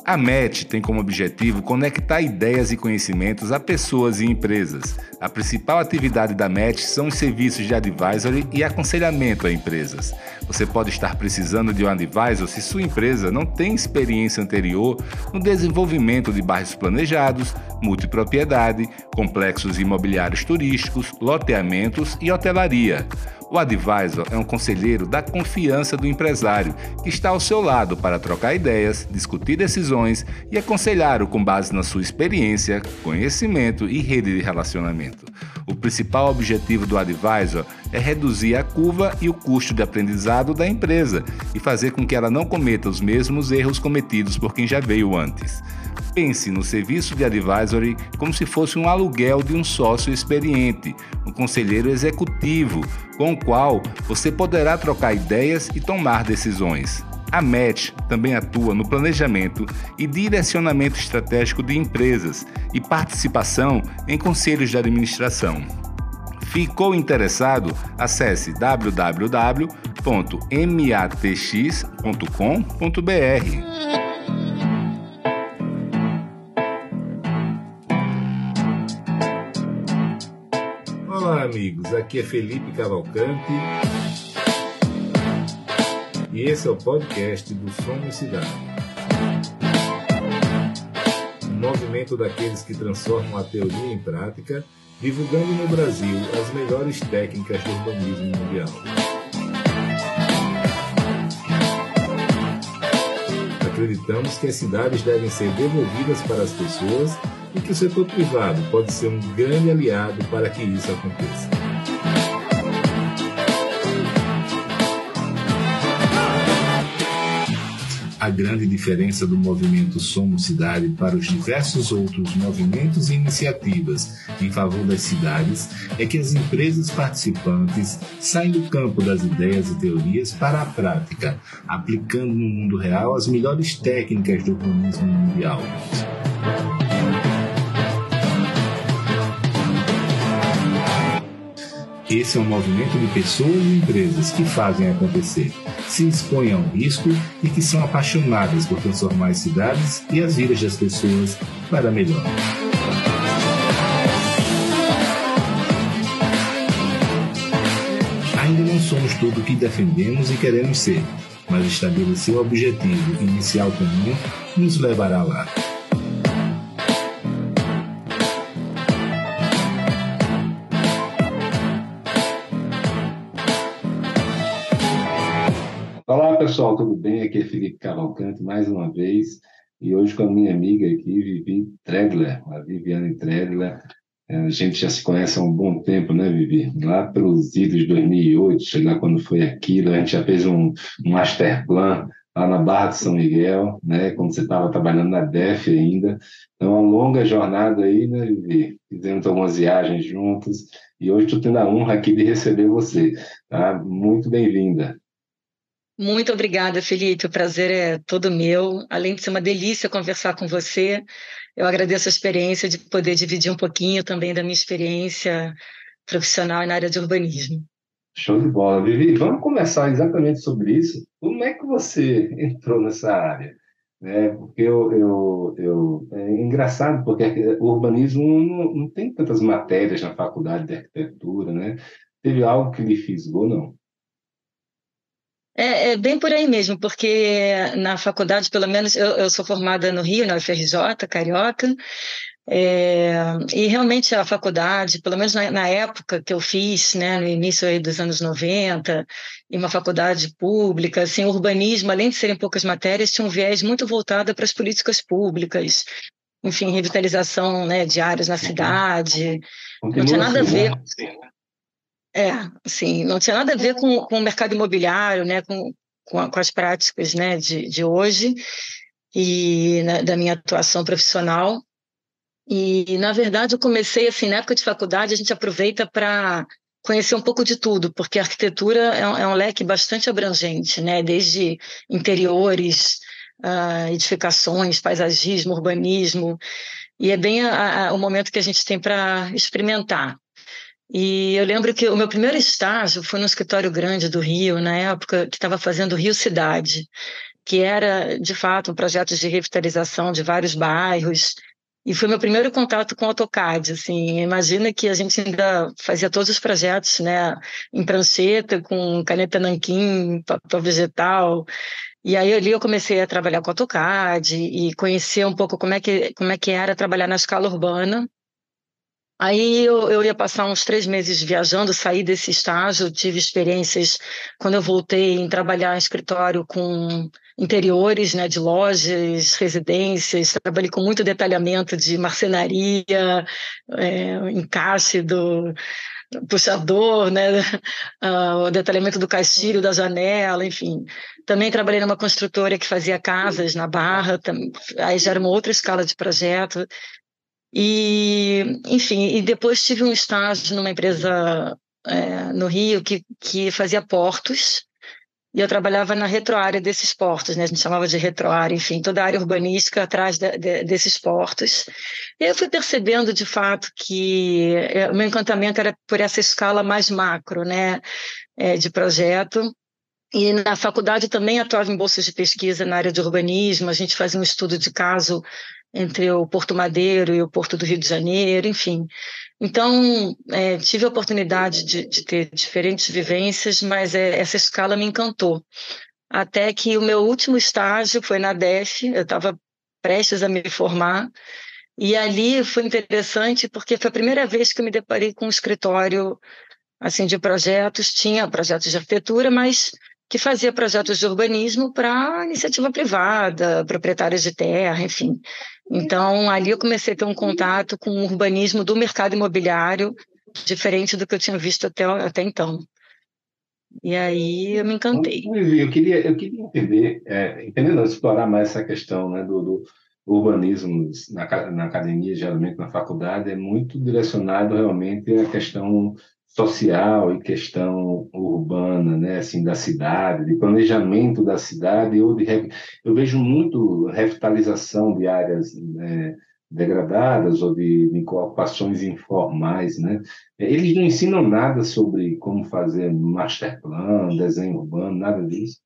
A MET tem como objetivo conectar ideias e conhecimentos a pessoas e empresas. A principal atividade da MET são os serviços de advisory e aconselhamento a empresas. Você pode estar precisando de um advisor se sua empresa não tem experiência anterior no desenvolvimento de bairros planejados, multipropriedade, complexos imobiliários turísticos, loteamentos e hotelaria. O advisor é um conselheiro da confiança do empresário, que está ao seu lado para trocar ideias, discutir decisões e aconselhar-o com base na sua experiência, conhecimento e rede de relacionamento. O principal objetivo do advisor é reduzir a curva e o custo de aprendizado da empresa e fazer com que ela não cometa os mesmos erros cometidos por quem já veio antes. Pense no serviço de advisory como se fosse um aluguel de um sócio experiente, um conselheiro executivo, com o qual você poderá trocar ideias e tomar decisões. A MET também atua no planejamento e direcionamento estratégico de empresas e participação em conselhos de administração. Ficou interessado? Acesse www.matx.com.br. Olá, amigos, aqui é Felipe Cavalcante e esse é o podcast do Somos Cidade. Um movimento daqueles que transformam a teoria em prática, divulgando no Brasil as melhores técnicas do urbanismo mundial. Acreditamos que as cidades devem ser devolvidas para as pessoas e que o setor privado pode ser um grande aliado para que isso aconteça. A grande diferença do movimento Somos Cidade para os diversos outros movimentos e iniciativas em favor das cidades é que as empresas participantes saem do campo das ideias e teorias para a prática, aplicando no mundo real as melhores técnicas do urbanismo mundial. Esse é um movimento de pessoas e empresas que fazem acontecer, se expõem ao risco e que são apaixonadas por transformar as cidades e as vidas das pessoas para melhor. Ainda não somos tudo o que defendemos e queremos ser, mas estabelecer o objetivo inicial comum nos levará lá. Olá pessoal, tudo bem? Aqui é Felipe Cavalcante mais uma vez e hoje com a minha amiga aqui, Vivi Tregler, a Viviane Tregler. A gente já se conhece há um bom tempo, né, Vivi? Lá pelos idos de 2008, sei lá quando foi aquilo, a gente já fez um master plan lá na Barra de São Miguel, né, quando você estava trabalhando na DEF ainda. Então, uma longa jornada aí, né, Vivi? Fizemos algumas viagens juntos e hoje estou tendo a honra aqui de receber você, tá? Muito bem-vinda. Muito obrigada, Felipe. O prazer é todo meu. Além de ser uma delícia conversar com você, eu agradeço a experiência de poder dividir um pouquinho também da minha experiência profissional na área de urbanismo. Show de bola. Vivi, vamos conversar exatamente sobre isso. Como é que você entrou nessa área? Porque é engraçado, porque o urbanismo não tem tantas matérias na faculdade de arquitetura, né? Teve algo que lhe fisgou, não? É bem por aí mesmo, porque na faculdade, pelo menos, eu sou formada no Rio, na UFRJ, carioca, e realmente a faculdade, pelo menos na época que eu fiz, né, no início aí dos anos 90, em uma faculdade pública, assim, o urbanismo, além de serem poucas matérias, tinha um viés muito voltado para as políticas públicas, enfim, revitalização, né, de áreas na cidade. Não tinha Continua nada a assim, ver. né? Assim, não tinha nada a ver com o mercado imobiliário, né, com as práticas, né, de hoje e né, da minha atuação profissional. E, na verdade, eu comecei, assim, na época de faculdade, a gente aproveita para conhecer um pouco de tudo, porque a arquitetura é um leque bastante abrangente, né, desde interiores, edificações, paisagismo, urbanismo, e é bem o momento que a gente tem para experimentar. E eu lembro que o meu primeiro estágio foi no escritório grande do Rio, na época que estava fazendo Rio Cidade. que era, de fato, um projeto de revitalização de vários bairros. E foi meu primeiro contato com AutoCAD, assim, imagina que a gente ainda fazia todos os projetos, né, em prancheta, com caneta nanquim, papel vegetal, e aí ali eu comecei a trabalhar com AutoCAD e conhecer um pouco como é que era trabalhar na escala urbana. Aí eu ia passar uns 3 meses viajando, saí desse estágio, tive experiências quando eu voltei em trabalhar em escritório com interiores, né, de lojas, residências, trabalhei com muito detalhamento de marcenaria, encaixe do puxador, né, o detalhamento do caixilho, da janela, enfim. Também trabalhei numa construtora que fazia casas na Barra, aí já era uma outra escala de projeto. E, enfim, e depois tive um estágio numa empresa no Rio que fazia portos, e eu trabalhava na retroárea desses portos, né? A gente chamava de retroárea, enfim, toda a área urbanística atrás desses portos. E eu fui percebendo, de fato, que o meu encantamento era por essa escala mais macro, né? De projeto. E na faculdade também atuava em bolsas de pesquisa na área de urbanismo, a gente fazia um estudo de caso entre o Porto Madeiro e o Porto do Rio de Janeiro, enfim. Então, tive a oportunidade de ter diferentes vivências, mas essa escala me encantou. Até que o meu último estágio foi na DEF, eu estava prestes a me formar, e ali foi interessante porque foi a primeira vez que eu me deparei com um escritório assim, de projetos, tinha projetos de arquitetura, mas que fazia projetos de urbanismo para iniciativa privada, proprietários de terra, enfim. Então, ali eu comecei a ter um contato com o urbanismo do mercado imobiliário, diferente do que eu tinha visto até então. E aí eu me encantei. Eu queria entender, entender não, explorar mais essa questão, né, do urbanismo na academia, geralmente na faculdade, é muito direcionado realmente à questão social e questão urbana, né, assim, da cidade, de planejamento da cidade, eu vejo muito revitalização de áreas, né, degradadas ou de ocupações informais, né? Eles não ensinam nada sobre como fazer master plan, desenho urbano, nada disso.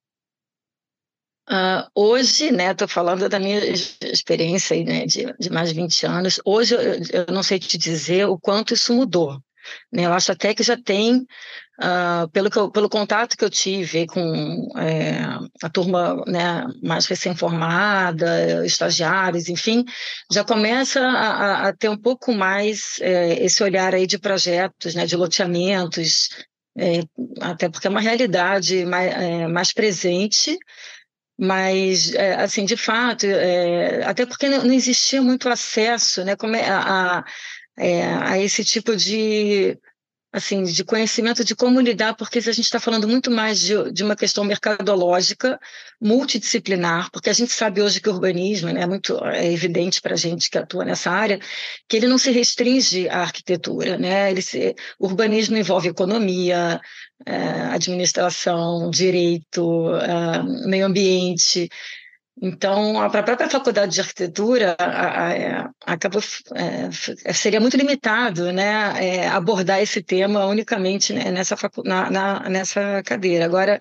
Hoje, né, estou falando da minha experiência aí, né, de mais de 20 anos. Hoje eu não sei te dizer o quanto isso mudou, né? Eu acho até que já tem, pelo contato que eu tive com a turma, né, mais recém-formada, estagiários, enfim, já começa a ter um pouco mais esse olhar aí de projetos, né, de loteamentos, é, até porque é uma realidade mais presente, mas, assim, de fato, até porque não existia muito acesso, né, a esse tipo de, assim, de conhecimento de como lidar, porque a gente está falando muito mais de uma questão mercadológica, multidisciplinar, porque a gente sabe hoje que o urbanismo, né, é evidente para a gente que atua nessa área, que ele não se restringe à arquitetura, né? O urbanismo envolve economia, administração, direito, meio ambiente. Então, a própria faculdade de arquitetura acabou, seria muito limitado, né, abordar esse tema unicamente, né, nessa cadeira. Agora,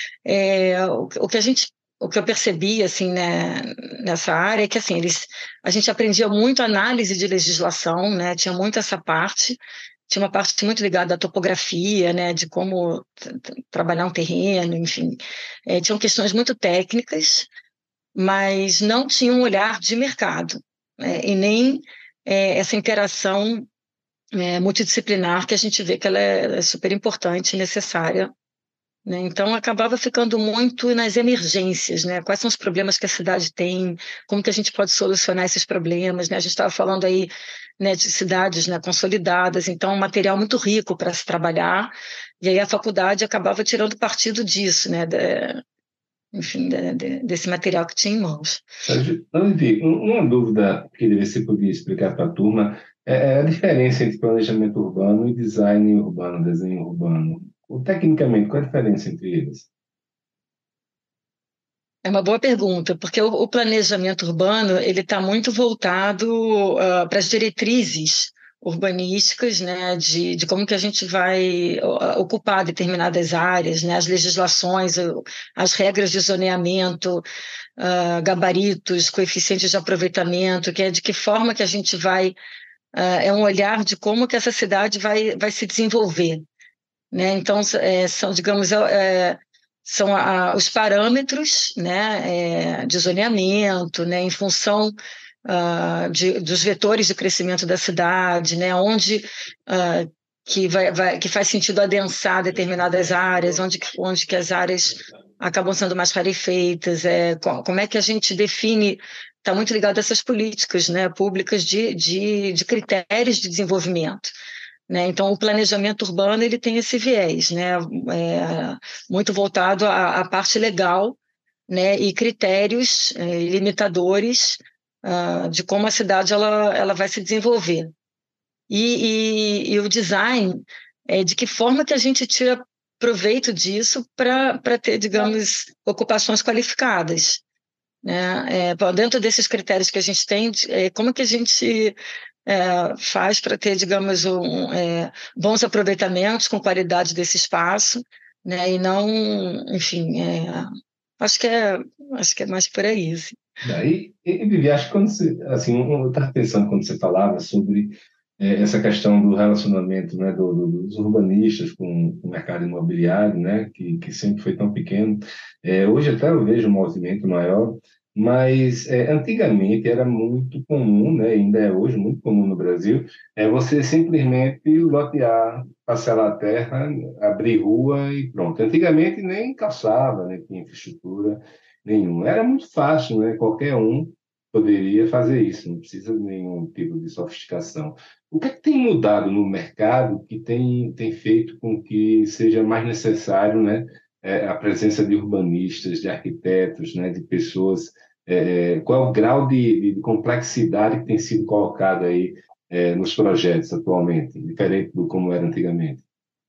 o que eu percebi assim, né, nessa área é que assim, a gente aprendia muito análise de legislação, né, tinha muito essa parte. Tinha uma parte muito ligada à topografia, né, de como trabalhar um terreno, enfim. Tinham questões muito técnicas, mas não tinha um olhar de mercado, né? E nem essa interação multidisciplinar que a gente vê que ela é super importante e necessária, né? Então, acabava ficando muito nas emergências, né? Quais são os problemas que a cidade tem, como que a gente pode solucionar esses problemas, né? A gente estava falando aí, né, de cidades, né, consolidadas, então um material muito rico para se trabalhar, e aí a faculdade acabava tirando partido disso, né, enfim, desse material que tinha em mãos. Andy, uma dúvida que você podia explicar para a turma é a diferença entre planejamento urbano e design urbano, desenho urbano. Tecnicamente, qual é a diferença entre eles? É uma boa pergunta, porque o planejamento urbano ele está muito voltado para as diretrizes urbanísticas, né, de como que a gente vai ocupar determinadas áreas, né, as legislações, as regras de zoneamento, gabaritos, coeficientes de aproveitamento, que é de que forma que a gente vai, é um olhar de como que essa cidade vai se desenvolver, né? Então, são, digamos, são os parâmetros, né, de zoneamento, né, em função dos vetores de crescimento da cidade, né, onde que faz sentido adensar determinadas áreas, onde que as áreas acabam sendo mais rarefeitas, como é que a gente define, está muito ligado a essas políticas, né, públicas de critérios de desenvolvimento. Né? Então, o planejamento urbano ele tem esse viés, né? Muito voltado à parte legal, né? E critérios limitadores de como a cidade ela vai se desenvolver. E o design, de que forma que a gente tira proveito disso para ter, digamos, ocupações qualificadas. Né? Dentro desses critérios que a gente tem, como que a gente faz para ter, digamos, bons aproveitamentos com qualidade desse espaço, né? E não, enfim, acho que é mais por aí. Assim. Vivi, acho que quando você, assim, eu estava pensando quando você falava sobre essa questão do relacionamento, né, dos urbanistas com o mercado imobiliário, né, que sempre foi tão pequeno. Hoje até eu vejo um movimento maior, mas antigamente era muito comum, né, ainda é hoje muito comum no Brasil, você simplesmente lotear, parcelar a terra, abrir rua e pronto. Antigamente nem calçava, nem tinha infraestrutura nenhuma. Era muito fácil, né? Qualquer um poderia fazer isso, não precisa de nenhum tipo de sofisticação. O que é que tem mudado no mercado que tem feito com que seja mais necessário, né, a presença de urbanistas, de arquitetos, né, de pessoas? Qual é o grau de complexidade que tem sido colocado aí nos projetos atualmente, diferente do como era antigamente?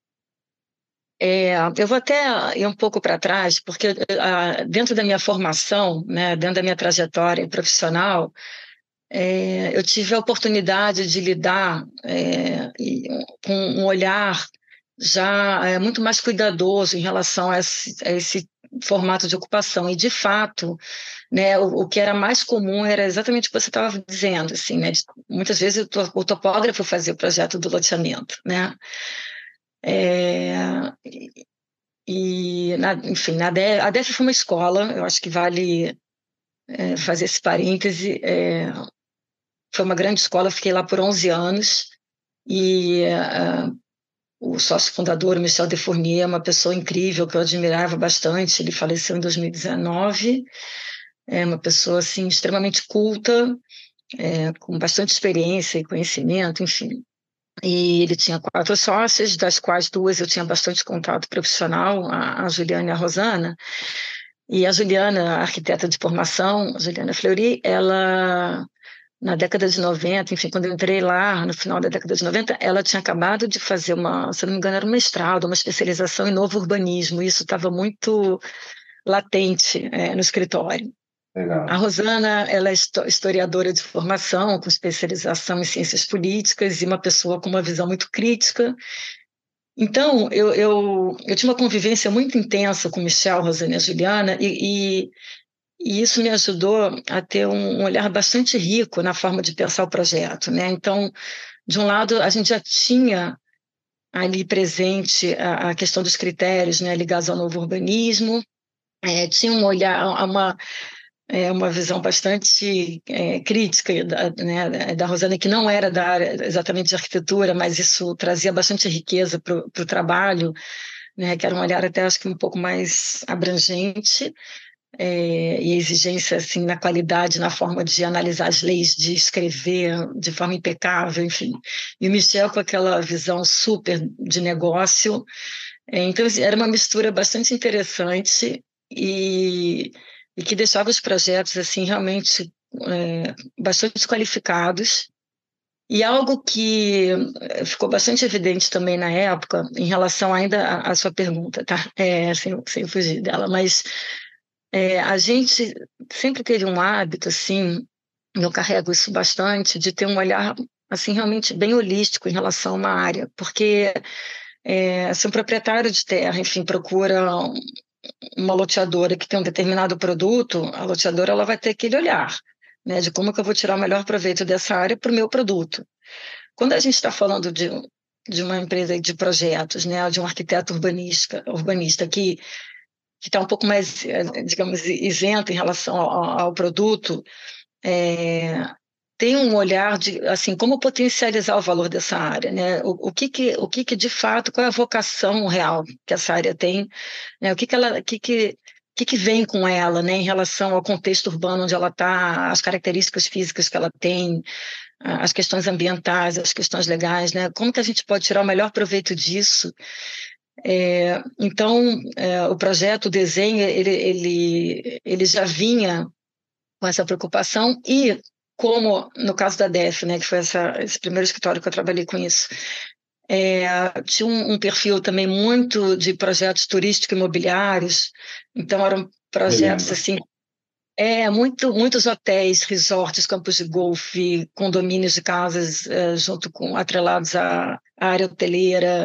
Eu vou até ir um pouco para trás, porque dentro da minha formação, né, dentro da minha trajetória profissional, eu tive a oportunidade de lidar com um olhar já muito mais cuidadoso em relação a esse formato de ocupação. E, de fato, né, o que era mais comum era exatamente o que você estava dizendo, assim, né, muitas vezes o topógrafo fazia o projeto do loteamento, né? É, enfim, a DEF foi uma escola, eu acho que vale fazer esse parêntese. Foi uma grande escola, fiquei lá por 11 anos, e o sócio fundador, o Michel Defournier, é uma pessoa incrível que eu admirava bastante. Ele faleceu em 2019, é uma pessoa assim, extremamente culta, com bastante experiência e conhecimento, enfim. E ele tinha 4 sócias, das quais 2 eu tinha bastante contato profissional, a Juliana e a Rosana. E a Juliana, arquiteta de formação, a Juliana Fleury, ela, na década de 90, enfim, quando eu entrei lá, no final da década de 90, ela tinha acabado de fazer se não me engano, era um mestrado, uma especialização em novo urbanismo. Isso estava muito latente, no escritório. A Legal. Rosana, ela é historiadora de formação, com especialização em ciências políticas e uma pessoa com uma visão muito crítica. Então, eu tinha uma convivência muito intensa com Michel, Rosana e a Juliana, e isso me ajudou a ter um olhar bastante rico na forma de pensar o projeto, né? Então, de um lado, a gente já tinha ali presente a questão dos critérios, né, ligados ao novo urbanismo, tinha um olhar, uma visão bastante crítica da Rosana, que não era da área exatamente de arquitetura, mas isso trazia bastante riqueza para o trabalho, né, que era um olhar até acho que um pouco mais abrangente, e exigência assim na qualidade, na forma de analisar as leis, de escrever de forma impecável, enfim. E o Michel com aquela visão super de negócio. Então assim, era uma mistura bastante interessante e que deixava os projetos assim realmente bastante qualificados. E algo que ficou bastante evidente também na época, em relação ainda à sua pergunta, tá? Sem fugir dela, mas a gente sempre teve um hábito, assim, eu carrego isso bastante, de ter um olhar assim, realmente bem holístico em relação a uma área, porque se um proprietário de terra, enfim, procura uma loteadora que tem um determinado produto, a loteadora ela vai ter aquele olhar, né, de como que eu vou tirar o melhor proveito dessa área para o meu produto. Quando a gente está falando de uma empresa de projetos, né, de um arquiteto urbanista que está um pouco mais, digamos, isento em relação ao produto, é, tem um olhar de, assim, como potencializar o valor dessa área, né? O que de fato, qual é a vocação real que essa área tem, né? O que vem com ela, né, em relação ao contexto urbano onde ela está, as características físicas que ela tem, as questões ambientais, as questões legais, né? Como que a gente pode tirar o melhor proveito disso? Então, o projeto, o desenho, ele já vinha com essa preocupação e como no caso da DEF, né, que foi esse primeiro escritório que eu trabalhei com isso, tinha um perfil também muito de projetos turísticos imobiliários, então eram Me projetos lembro. assim, muitos hotéis, resorts, campos de golfe, condomínios de casas junto com atrelados à área hoteleira,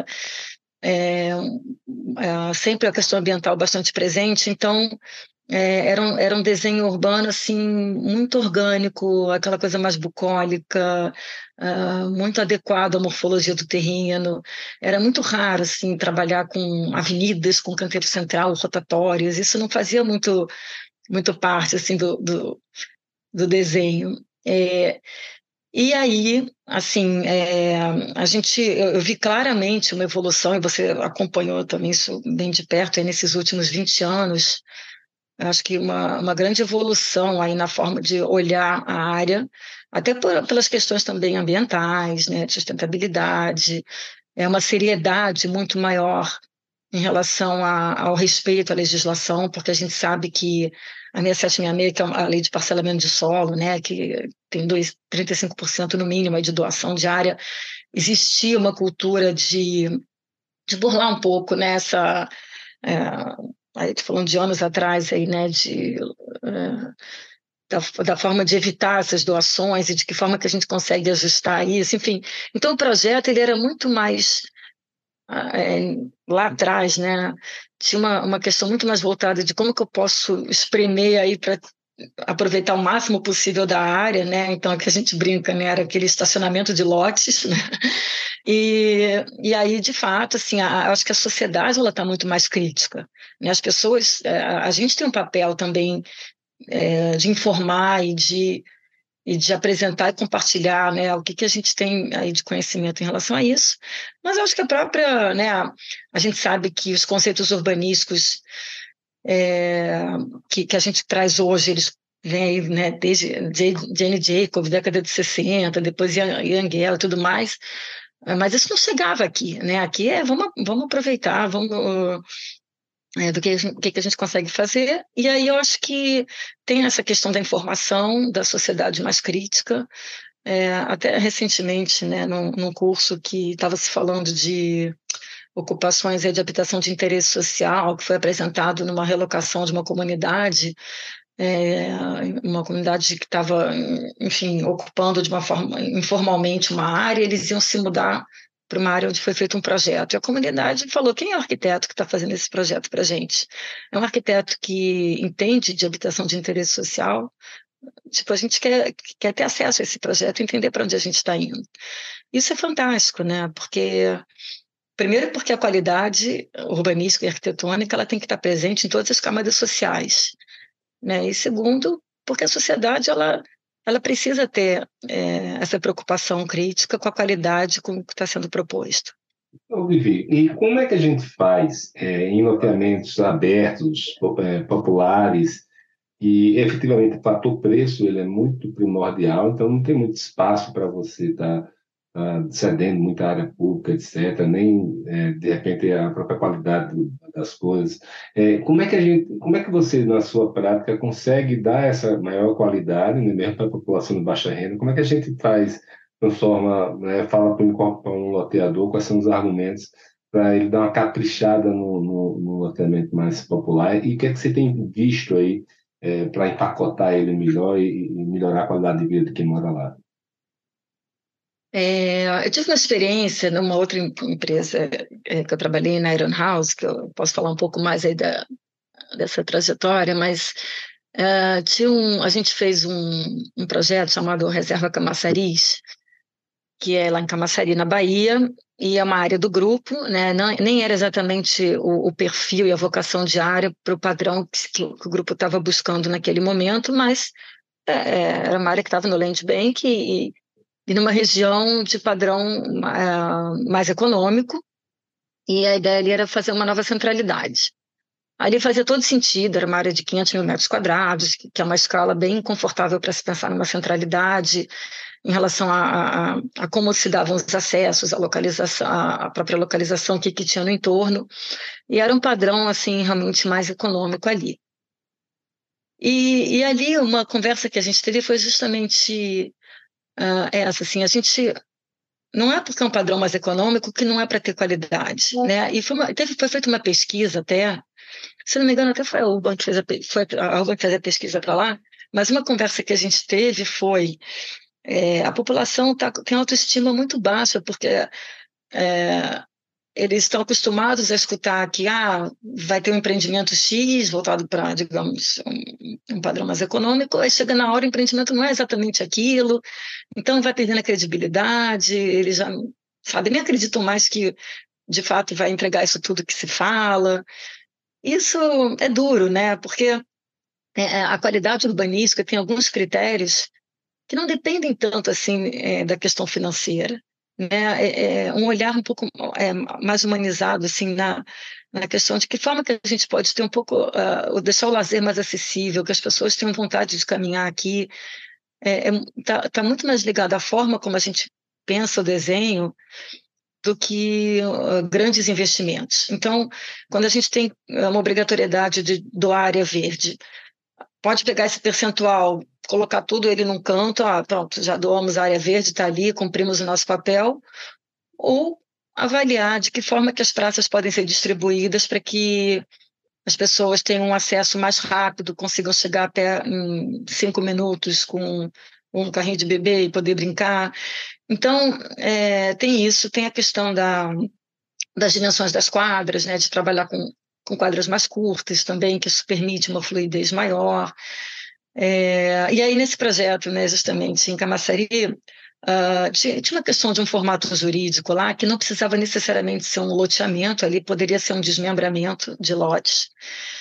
sempre a questão ambiental bastante presente, então era um desenho urbano assim muito orgânico, aquela coisa mais bucólica, muito adequado à morfologia do terreno. Era muito raro assim trabalhar com avenidas, com canteiro central, rotatórios. Isso não fazia muito parte assim do desenho. E aí, assim, eu vi claramente uma evolução, e você acompanhou também isso bem de perto aí nesses últimos 20 anos. Eu acho que uma grande evolução aí na forma de olhar a área, até pelas questões também ambientais, né, de sustentabilidade, uma seriedade muito maior em relação ao respeito à legislação, porque a gente sabe que a 6766, que é a lei de parcelamento de solo, né, que tem 35% no mínimo aí de doação de área, existia uma cultura de burlar um pouco, né, é, aí tô falando de anos atrás aí, né, da forma de evitar essas doações e de que forma que a gente consegue ajustar isso, enfim. Então o projeto ele era muito mais lá atrás, né, tinha uma questão muito mais voltada de como que eu posso espremer aí para aproveitar o máximo possível da área, né? Então que a gente brinca, né? Era aquele estacionamento de lotes, né? E aí, de fato, assim, eu acho que a sociedade ela está muito mais crítica, né? As pessoas, a gente tem um papel também de informar e de apresentar e compartilhar, né, o que a gente tem aí de conhecimento em relação a isso. Mas eu acho que né, a gente sabe que os conceitos urbanísticos que a gente traz hoje, eles vêm aí, né, desde Jane Jacobs, década de 60, depois Ian Gehl e tudo mais, mas isso não chegava aqui, né? Aqui vamos aproveitar, do que a gente consegue fazer. E aí eu acho que tem essa questão da informação, da sociedade mais crítica. Até recentemente, né, num curso que estava se falando de ocupações de habitação de interesse social, que foi apresentado numa relocação de é, uma comunidade que estava, enfim, ocupando de uma forma informalmente uma área, eles iam se mudar para uma área onde foi feito um projeto. E a comunidade falou: quem é o arquiteto que está fazendo esse projeto para a gente? É um arquiteto que entende de habitação de interesse social? Tipo, a gente quer ter acesso a esse projeto e entender para onde a gente está indo. Isso é fantástico, né? Primeiro, porque a qualidade urbanística e arquitetônica ela tem que estar presente em todas as camadas sociais, né? E segundo, porque a sociedade ela precisa ter essa preocupação crítica com a qualidade com o que está sendo proposto. Ô, Vivi, e como é que a gente faz em loteamentos abertos, populares, e efetivamente o fator preço ele é muito primordial, então não tem muito espaço para você estar cedendo muita área pública, etc., nem de repente a própria qualidade das coisas. Como é que você, na sua prática, consegue dar essa maior qualidade, né, mesmo para a população de baixa renda? Como é que a gente faz, transforma, né, fala para um loteador quais são os argumentos para ele dar uma caprichada no loteamento mais popular e o que é que você tem visto aí para empacotar ele melhor e melhorar a qualidade de vida de quem mora lá? Eu tive uma experiência numa outra empresa que eu trabalhei na Iron House, que eu posso falar um pouco mais aí dessa trajetória, mas a gente fez um projeto chamado Reserva Camaçaris, que é lá em Camaçari, na Bahia, e é uma área do grupo, né? Não, nem era exatamente o perfil e a vocação de área para o padrão que o grupo estava buscando naquele momento, mas era uma área que estava no Land Bank e numa região de padrão mais econômico, e a ideia ali era fazer uma nova centralidade. Ali fazia todo sentido, era uma área de 500 mil metros quadrados, que é uma escala bem confortável para se pensar numa centralidade, em relação a como se davam os acessos, a localização, a própria localização que tinha no entorno, e era um padrão assim realmente mais econômico ali. E ali uma conversa que a gente teve foi justamente essa, assim, a gente não é porque é um padrão mais econômico que não é para ter qualidade, né? E foi feita uma pesquisa até, se não me engano, até foi a Urban que fez a Urban que fez a pesquisa para lá, mas uma conversa que a gente teve foi a população tem autoestima muito baixa, porque é, eles estão acostumados a escutar que vai ter um empreendimento X voltado para, digamos, um padrão mais econômico, aí chega na hora o empreendimento não é exatamente aquilo, então vai perdendo a credibilidade, eles já, sabe, nem acreditam mais que, de fato, vai entregar isso tudo que se fala. Isso é duro, né? Porque a qualidade urbanística tem alguns critérios que não dependem tanto assim da questão financeira, né? Um olhar um pouco mais humanizado assim na questão de que forma que a gente pode ter um pouco deixar o lazer mais acessível, que as pessoas tenham vontade de caminhar aqui, tá muito mais ligado à forma como a gente pensa o desenho do que grandes investimentos. Então, quando a gente tem uma obrigatoriedade de doar área verde, pode pegar esse percentual, colocar tudo ele num canto, pronto, já doamos a área verde, está ali, cumprimos o nosso papel, ou avaliar de que forma que as praças podem ser distribuídas para que as pessoas tenham um acesso mais rápido, consigam chegar até em 5 minutos com um carrinho de bebê e poder brincar. Então, tem isso, tem a questão das dimensões das quadras, né, de trabalhar com quadras mais curtas também, que isso permite uma fluidez maior. E aí, nesse projeto, né, justamente em Camaçari, tinha uma questão de um formato jurídico lá que não precisava necessariamente ser um loteamento, ali poderia ser um desmembramento de lotes,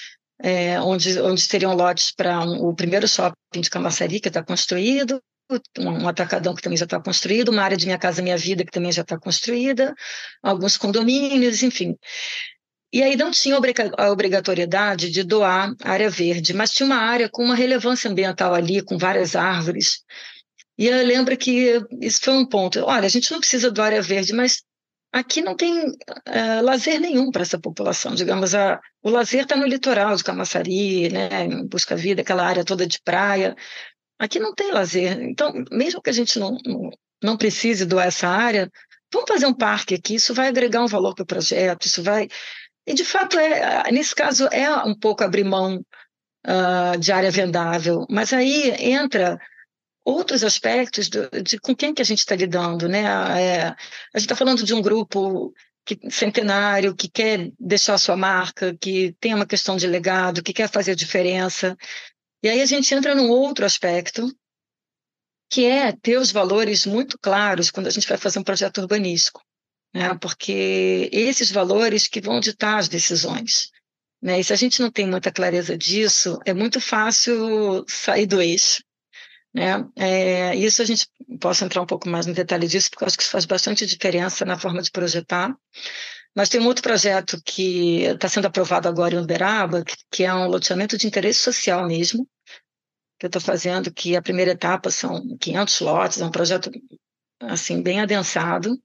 onde teriam lotes para o primeiro shopping de Camaçari, que está construído, um atacadão que também já está construído, uma área de Minha Casa Minha Vida que também já está construída, alguns condomínios, enfim. E aí não tinha a obrigatoriedade de doar área verde, mas tinha uma área com uma relevância ambiental ali, com várias árvores. E eu lembro que isso foi um ponto. Olha, a gente não precisa doar área verde, mas aqui não tem lazer nenhum para essa população. Digamos, o lazer está no litoral de Camaçari, né, em Busca Vida, aquela área toda de praia. Aqui não tem lazer. Então, mesmo que a gente não precise doar essa área, vamos fazer um parque aqui, isso vai agregar um valor para o projeto, isso vai. E, de fato, nesse caso, é um pouco abrir mão de área vendável, mas aí entra outros aspectos de com quem que a gente está lidando, né? A gente está falando de um grupo centenário, que quer deixar a sua marca, que tem uma questão de legado, que quer fazer diferença. E aí a gente entra num outro aspecto, que é ter os valores muito claros quando a gente vai fazer um projeto urbanístico, né? Porque esses valores que vão ditar as decisões, né? E se a gente não tem muita clareza disso, é muito fácil sair do eixo, né? Isso a gente posso entrar um pouco mais no detalhe disso, porque eu acho que isso faz bastante diferença na forma de projetar. Mas tem um outro projeto que está sendo aprovado agora em Uberaba, que é um loteamento de interesse social mesmo, que eu estou fazendo, que a primeira etapa são 500 lotes, é um projeto assim bem adensado.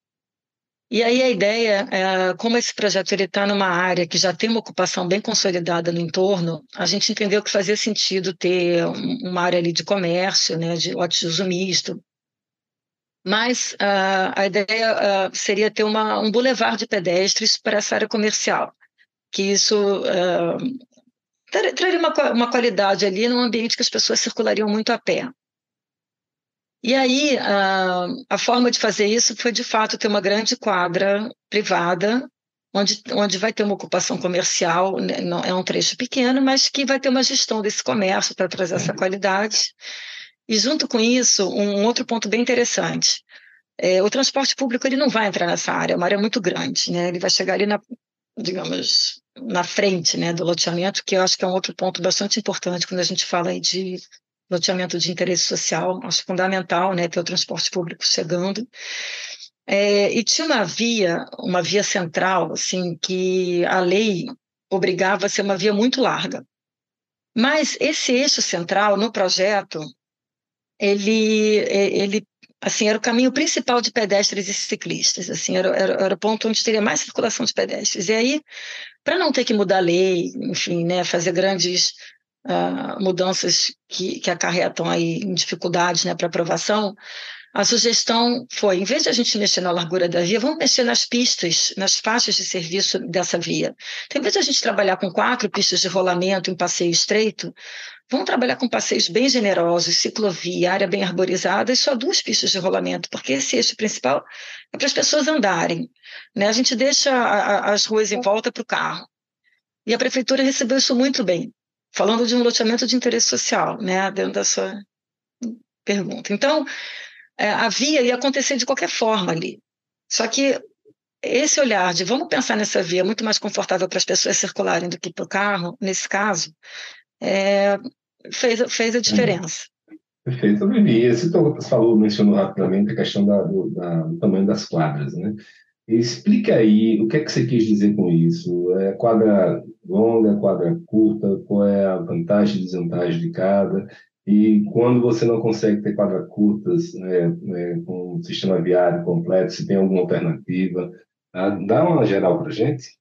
E aí a ideia, como esse projeto está numa área que já tem uma ocupação bem consolidada no entorno, a gente entendeu que fazia sentido ter uma área ali de comércio, né, de lote de uso misto. Mas a ideia seria ter um bulevar de pedestres para essa área comercial, que isso traria uma qualidade ali num ambiente que as pessoas circulariam muito a pé. E aí, a forma de fazer isso foi, de fato, ter uma grande quadra privada, onde vai ter uma ocupação comercial, né? Não, é um trecho pequeno, mas que vai ter uma gestão desse comércio para trazer essa qualidade. E, junto com isso, um outro ponto bem interessante. O transporte público ele não vai entrar nessa área, é uma área muito grande, né? Ele vai chegar ali digamos, na frente, né, do loteamento, que eu acho que é um outro ponto bastante importante quando a gente fala aí de loteamento de interesse social. Acho fundamental, né, ter o transporte público chegando. E tinha uma via central, assim, que a lei obrigava a ser uma via muito larga. Mas esse eixo central, no projeto, ele assim, era o caminho principal de pedestres e ciclistas, assim, era o ponto onde teria mais circulação de pedestres. E aí, para não ter que mudar a lei, enfim, né, fazer grandes mudanças que acarretam aí em dificuldades, né, para aprovação, a sugestão foi, em vez de a gente mexer na largura da via, vamos mexer nas pistas, nas faixas de serviço dessa via. Então, em vez de a gente trabalhar com 4 pistas de rolamento em passeio estreito, vamos trabalhar com passeios bem generosos, ciclovia, área bem arborizada e só 2 pistas de rolamento, porque esse eixo principal é para as pessoas andarem, né? A gente deixa as ruas em volta para o carro. E a prefeitura recebeu isso muito bem, falando de um loteamento de interesse social, né? Dentro da sua pergunta. Então, a via ia acontecer de qualquer forma ali. Só que esse olhar de vamos pensar nessa via muito mais confortável para as pessoas circularem do que para o carro, nesse caso, fez a diferença. Perfeito, Vivi. Você falou, mencionou rapidamente a questão do tamanho das quadras, né? Explica aí o que é que você quis dizer com isso. É quadra longa, quadra curta, qual é a vantagem e desvantagem de cada? E quando você não consegue ter quadras curtas, com um sistema viário completo, se tem alguma alternativa? Dá uma geral para a gente?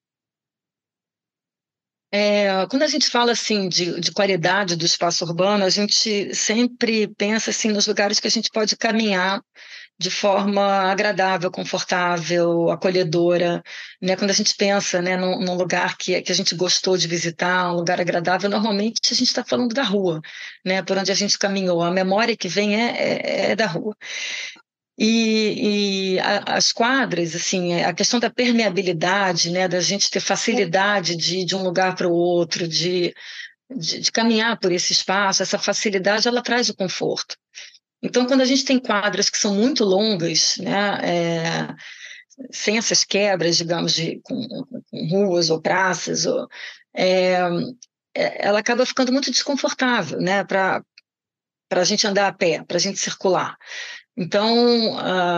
Quando a gente fala assim de qualidade do espaço urbano, a gente sempre pensa assim nos lugares que a gente pode caminhar de forma agradável, confortável, acolhedora, né? Quando a gente pensa, né, num lugar que a gente gostou de visitar, um lugar agradável, normalmente a gente está falando da rua, né? Por onde a gente caminhou. A memória que vem é da rua. As quadras, assim, a questão da permeabilidade, né, da gente ter facilidade de ir de um lugar para o outro, de caminhar por esse espaço, essa facilidade, ela traz o conforto. Então, quando a gente tem quadras que são muito longas, né, sem essas quebras, digamos, com ruas ou praças, é, ela acaba ficando muito desconfortável, né, para a gente andar a pé, para a gente circular. Então,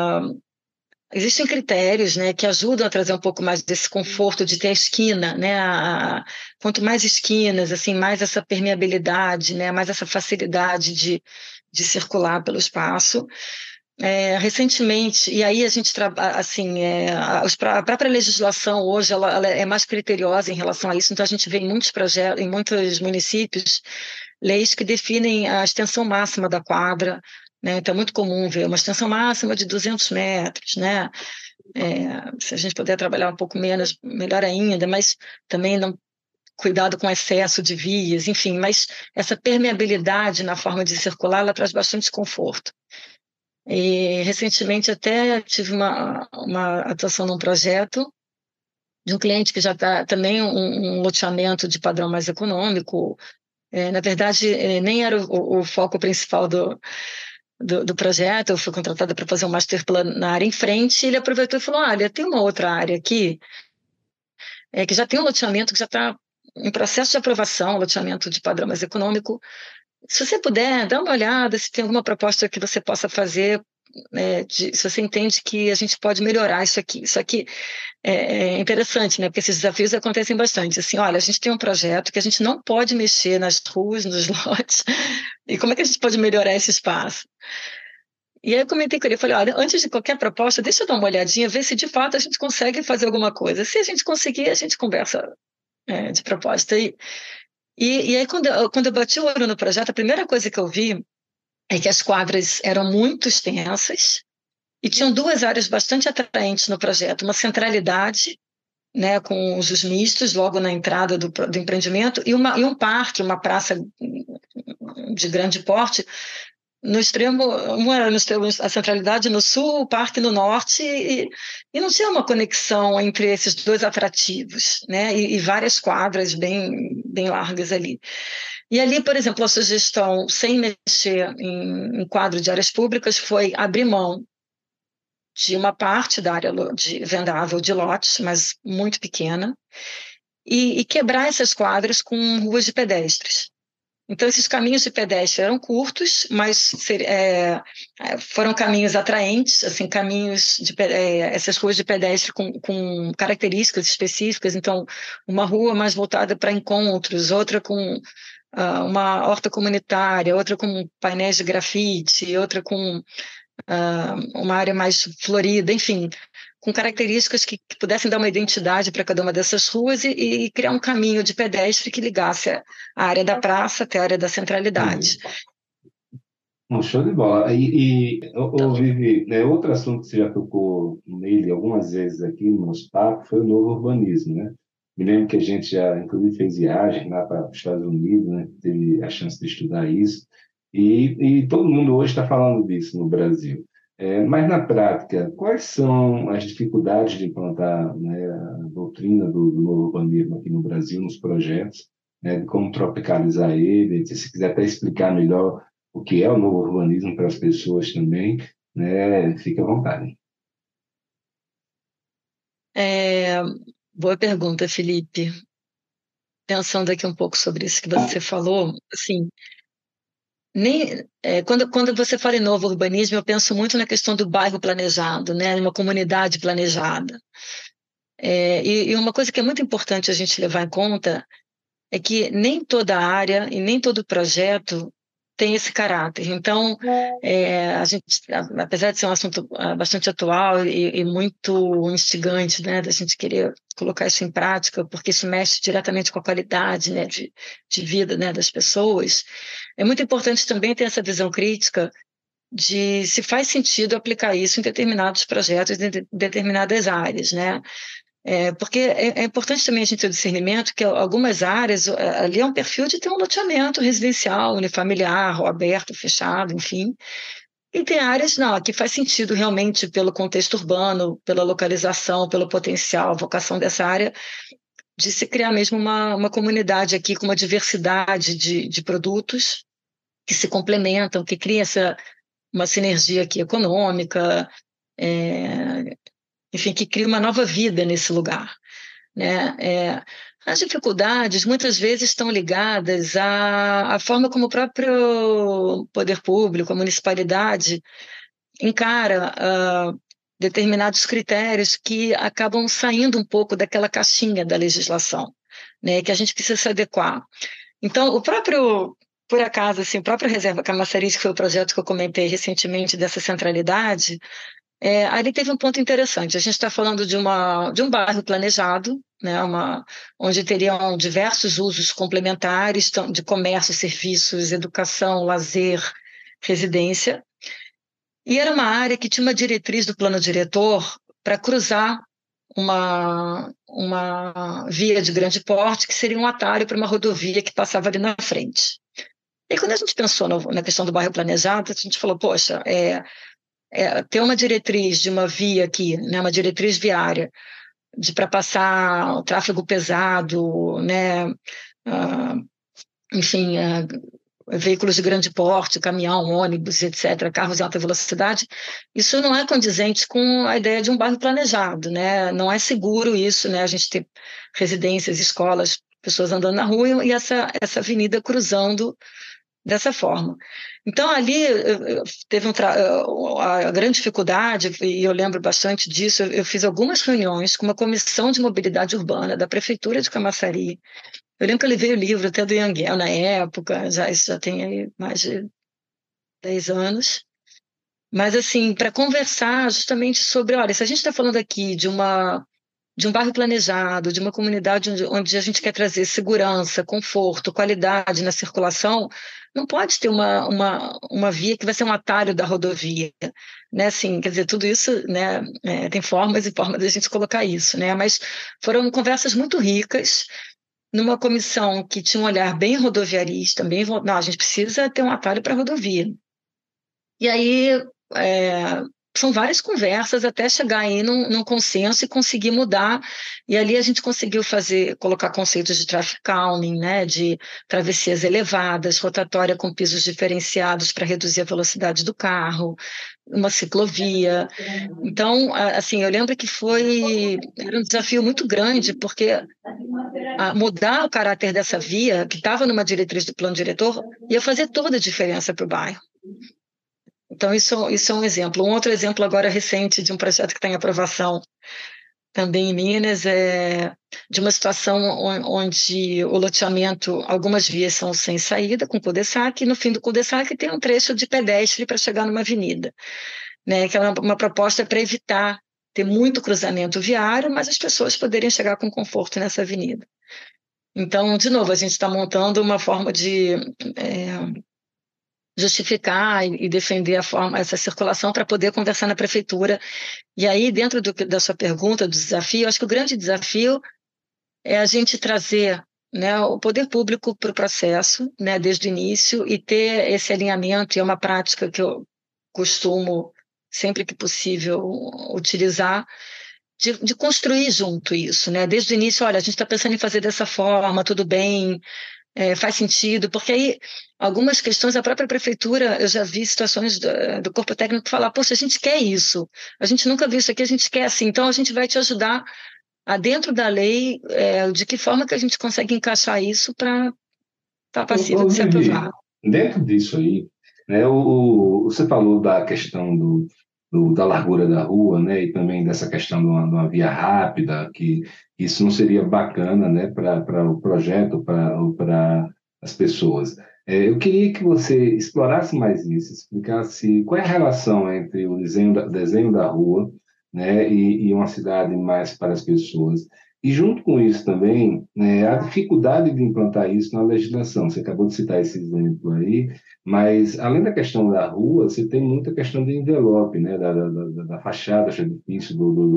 existem critérios, né, que ajudam a trazer um pouco mais desse conforto de ter a esquina, né, quanto mais esquinas, assim, mais essa permeabilidade, né, mais essa facilidade de circular pelo espaço. Recentemente, e aí a gente assim, a própria legislação hoje ela é mais criteriosa em relação a isso, então a gente vê em muitos projetos, em muitos municípios, leis que definem a extensão máxima da quadra, né? Então é muito comum ver uma extensão máxima de 200 metros, né? Se a gente puder trabalhar um pouco menos, melhor ainda, mas também não cuidado com excesso de vias, enfim, mas essa permeabilidade na forma de circular, ela traz bastante conforto. E recentemente até tive uma atuação num projeto de um cliente que já está também um loteamento de padrão mais econômico. Na verdade, nem era o foco principal do projeto. Eu fui contratada para fazer um master plan na área em frente, e ele aproveitou e falou: olha, tem uma outra área aqui que já tem um loteamento que já está em processo de aprovação, loteamento de padrão mais econômico. Se você puder, dá uma olhada se tem alguma proposta que você possa fazer, se você entende que a gente pode melhorar isso aqui. Isso aqui é interessante, né? Porque esses desafios acontecem bastante. Assim, olha, a gente tem um projeto que a gente não pode mexer nas ruas, nos lotes, e como é que a gente pode melhorar esse espaço? E aí eu comentei com ele, eu falei, olha, antes de qualquer proposta, deixa eu dar uma olhadinha, ver se de fato a gente consegue fazer alguma coisa. Se a gente conseguir, a gente conversa de proposta. E aí, quando eu bati o olho no projeto, a primeira coisa que eu vi é que as quadras eram muito extensas e tinham 2 áreas bastante atraentes no projeto. Uma centralidade, né, com usos mistos, logo na entrada do empreendimento, e um parque, uma praça de grande porte, no extremo, um era no extremo, a centralidade no sul, o parque no norte, e não tinha uma conexão entre esses dois atrativos, né? E várias quadras bem largas ali. E ali, por exemplo, a sugestão, sem mexer em quadro de áreas públicas, foi abrir mão de uma parte da área de vendável de lotes, mas muito pequena, e quebrar essas quadras com ruas de pedestres. Então, esses caminhos de pedestre eram curtos, mas foram caminhos atraentes, assim, caminhos essas ruas de pedestre com características específicas. Então, uma rua mais voltada para encontros, outra com uma horta comunitária, outra com painéis de grafite, outra com uma área mais florida, enfim, com características que pudessem dar uma identidade para cada uma dessas ruas e criar um caminho de pedestre que ligasse a área da praça até a área da centralidade. Um show de bola. Vivi, né, outro assunto que você já tocou nele algumas vezes aqui no nosso papo foi o novo urbanismo, né? Me lembro que a gente já, inclusive, fez viagem lá para os Estados Unidos, né? Teve a chance de estudar isso. E todo mundo hoje está falando disso no Brasil. Mas, na prática, quais são as dificuldades de implantar, né, a doutrina do novo urbanismo aqui no Brasil, nos projetos, né, de como tropicalizar ele? Se quiser até explicar melhor o que é o novo urbanismo para as pessoas também, né? Fique à vontade. Boa pergunta, Felipe. Pensando aqui um pouco sobre isso que você falou, assim, quando você fala em novo urbanismo, eu penso muito na questão do bairro planejado, né? Uma comunidade planejada. E uma coisa que é muito importante a gente levar em conta é que nem toda área e nem todo projeto tem esse caráter. Então, a gente, apesar de ser um assunto bastante atual e muito instigante, né, da gente querer colocar isso em prática, porque isso mexe diretamente com a qualidade, né, de vida, né, das pessoas, é muito importante também ter essa visão crítica de se faz sentido aplicar isso em determinados projetos, em determinadas áreas, né? Porque é importante também a gente ter o discernimento que algumas áreas, ali é um perfil de ter um loteamento residencial, unifamiliar, ou aberto, fechado, enfim. E tem áreas, não, que faz sentido realmente pelo contexto urbano, pela localização, pelo potencial, vocação dessa área, de se criar mesmo uma comunidade aqui com uma diversidade de produtos que se complementam, que cria uma sinergia aqui econômica, enfim, que cria uma nova vida nesse lugar, né? As dificuldades muitas vezes estão ligadas à forma como o próprio poder público, a municipalidade, encara determinados critérios que acabam saindo um pouco daquela caixinha da legislação, né? Que a gente precisa se adequar. Então, por acaso, assim, o próprio Reserva Camaçari, que foi o projeto que eu comentei recentemente dessa centralidade, ali teve um ponto interessante. A gente está falando de um bairro planejado, né, onde teriam diversos usos complementares de comércio, serviços, educação, lazer, residência. E era uma área que tinha uma diretriz do plano diretor para cruzar uma via de grande porte, que seria um atalho para uma rodovia que passava ali na frente. E quando a gente pensou na questão do bairro planejado, a gente falou, poxa, ter uma diretriz de uma via aqui, né, uma diretriz viária, para passar o tráfego pesado, né, enfim, veículos de grande porte, caminhão, ônibus, etc., carros de alta velocidade, isso não é condizente com a ideia de um bairro planejado, né? Não é seguro isso, né? A gente ter residências, escolas, pessoas andando na rua e essa avenida cruzando dessa forma. Então, ali teve a grande dificuldade, e eu lembro bastante disso, eu fiz algumas reuniões com uma comissão de mobilidade urbana da Prefeitura de Camaçari. Eu lembro que eu levei o livro até do Yangel na época, isso já tem aí mais de 10 anos. Mas, assim, para conversar justamente sobre, olha, se a gente está falando aqui de um bairro planejado, de uma comunidade onde a gente quer trazer segurança, conforto, qualidade na circulação, não pode ter uma via que vai ser um atalho da rodovia, né? Assim, quer dizer, tudo isso, né, tem formas e formas de a gente colocar isso, né? Mas foram conversas muito ricas, numa comissão que tinha um olhar bem rodoviarista, não, a gente precisa ter um atalho para a rodovia. E aí são várias conversas até chegar aí num consenso e conseguir mudar. E ali a gente conseguiu colocar conceitos de traffic calming, né, de travessias elevadas, rotatória com pisos diferenciados para reduzir a velocidade do carro, uma ciclovia. Então, assim, eu lembro que era um desafio muito grande, porque mudar o caráter dessa via, que estava numa diretriz do plano diretor, ia fazer toda a diferença para o bairro. Então, isso é um exemplo. Um outro exemplo agora recente de um projeto que está em aprovação também em Minas é de uma situação onde o loteamento, algumas vias são sem saída, com cul-de-sac, e no fim do cul-de-sac tem um trecho de pedestre para chegar numa avenida, né? Que é uma proposta para evitar ter muito cruzamento viário, mas as pessoas poderem chegar com conforto nessa avenida. Então, de novo, a gente está montando uma forma de justificar e defender essa circulação para poder conversar na prefeitura. E aí, dentro da sua pergunta, do desafio, acho que o grande desafio é a gente trazer, né, o poder público para o processo, né, desde o início, e ter esse alinhamento, e é uma prática que eu costumo, sempre que possível, utilizar, de construir junto isso, né? Desde o início, olha, a gente está pensando em fazer dessa forma, tudo bem, faz sentido, porque aí algumas questões, a própria prefeitura, eu já vi situações do corpo técnico falar, poxa, a gente quer isso, a gente nunca viu isso aqui, a gente quer assim, então a gente vai te ajudar dentro da lei, de que forma que a gente consegue encaixar isso para estar passível de ser Vivi, aprovado. dentro disso aí, né, você falou da questão da largura da rua, né, e também dessa questão de uma via rápida, que isso não seria bacana, né, para o projeto, para as pessoas. Eu queria que você explorasse mais isso, explicasse qual é a relação entre o desenho da rua, né, e uma cidade mais para as pessoas. E junto com isso também, a dificuldade de implantar isso na legislação. Você acabou de citar esse exemplo aí, mas além da questão da rua, você tem muita questão de envelope, né? Da fachada do edifício,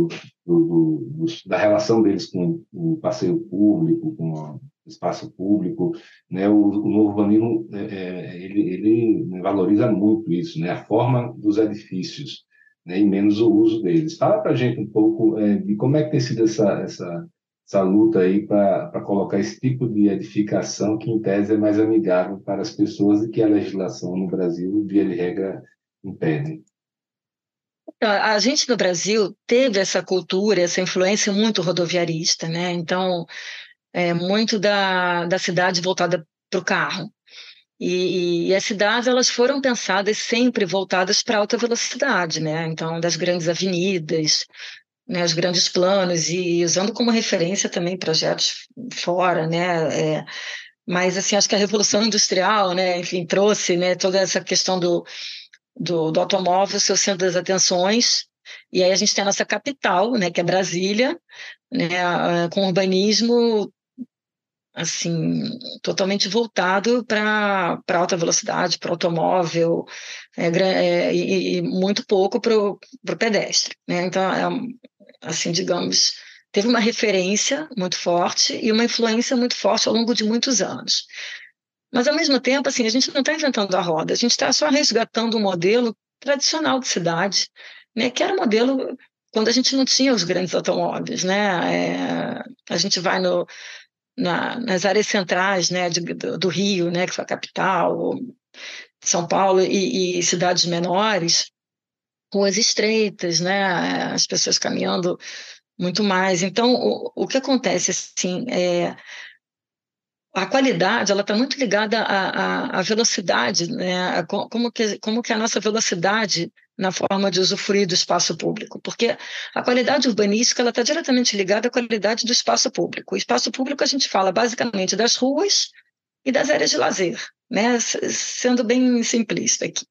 da relação deles com o passeio público, com o espaço público, né? O novo urbanismo ele valoriza muito isso, né? A forma dos edifícios, né? E menos o uso deles. Fala para a gente um pouco de como é que tem sido essa luta aí para colocar esse tipo de edificação que, em tese, é mais amigável para as pessoas e que a legislação no Brasil, via de regra, impede. A gente no Brasil teve essa cultura, essa influência muito rodoviarista, né? Então, muito da cidade voltada para o carro. E as cidades, elas foram pensadas sempre voltadas para alta velocidade, né? Então, das grandes avenidas, né, os grandes planos, e usando como referência também projetos fora, né? Mas, assim, acho que a Revolução Industrial, né, enfim, trouxe, né, toda essa questão do automóvel ser o centro das atenções, e aí a gente tem a nossa capital, né, que é Brasília, né, com urbanismo assim totalmente voltado para alta velocidade, para o automóvel, e muito pouco para o pedestre, né? Então, assim, digamos, teve uma referência muito forte e uma influência muito forte ao longo de muitos anos. Mas, ao mesmo tempo, assim, a gente não está inventando a roda, a gente está só resgatando um modelo tradicional de cidade, né, que era um modelo quando a gente não tinha os grandes automóveis, né? A gente vai nas áreas centrais, né, do Rio, né, que foi a capital, São Paulo e cidades menores, ruas estreitas, né, as pessoas caminhando muito mais. Então, o que acontece, assim, a qualidade, ela está muito ligada à velocidade, né? Como que a nossa velocidade na forma de usufruir do espaço público, porque a qualidade urbanística ela está diretamente ligada à qualidade do espaço público. O espaço público a gente fala basicamente das ruas e das áreas de lazer, né? Sendo bem simplista aqui.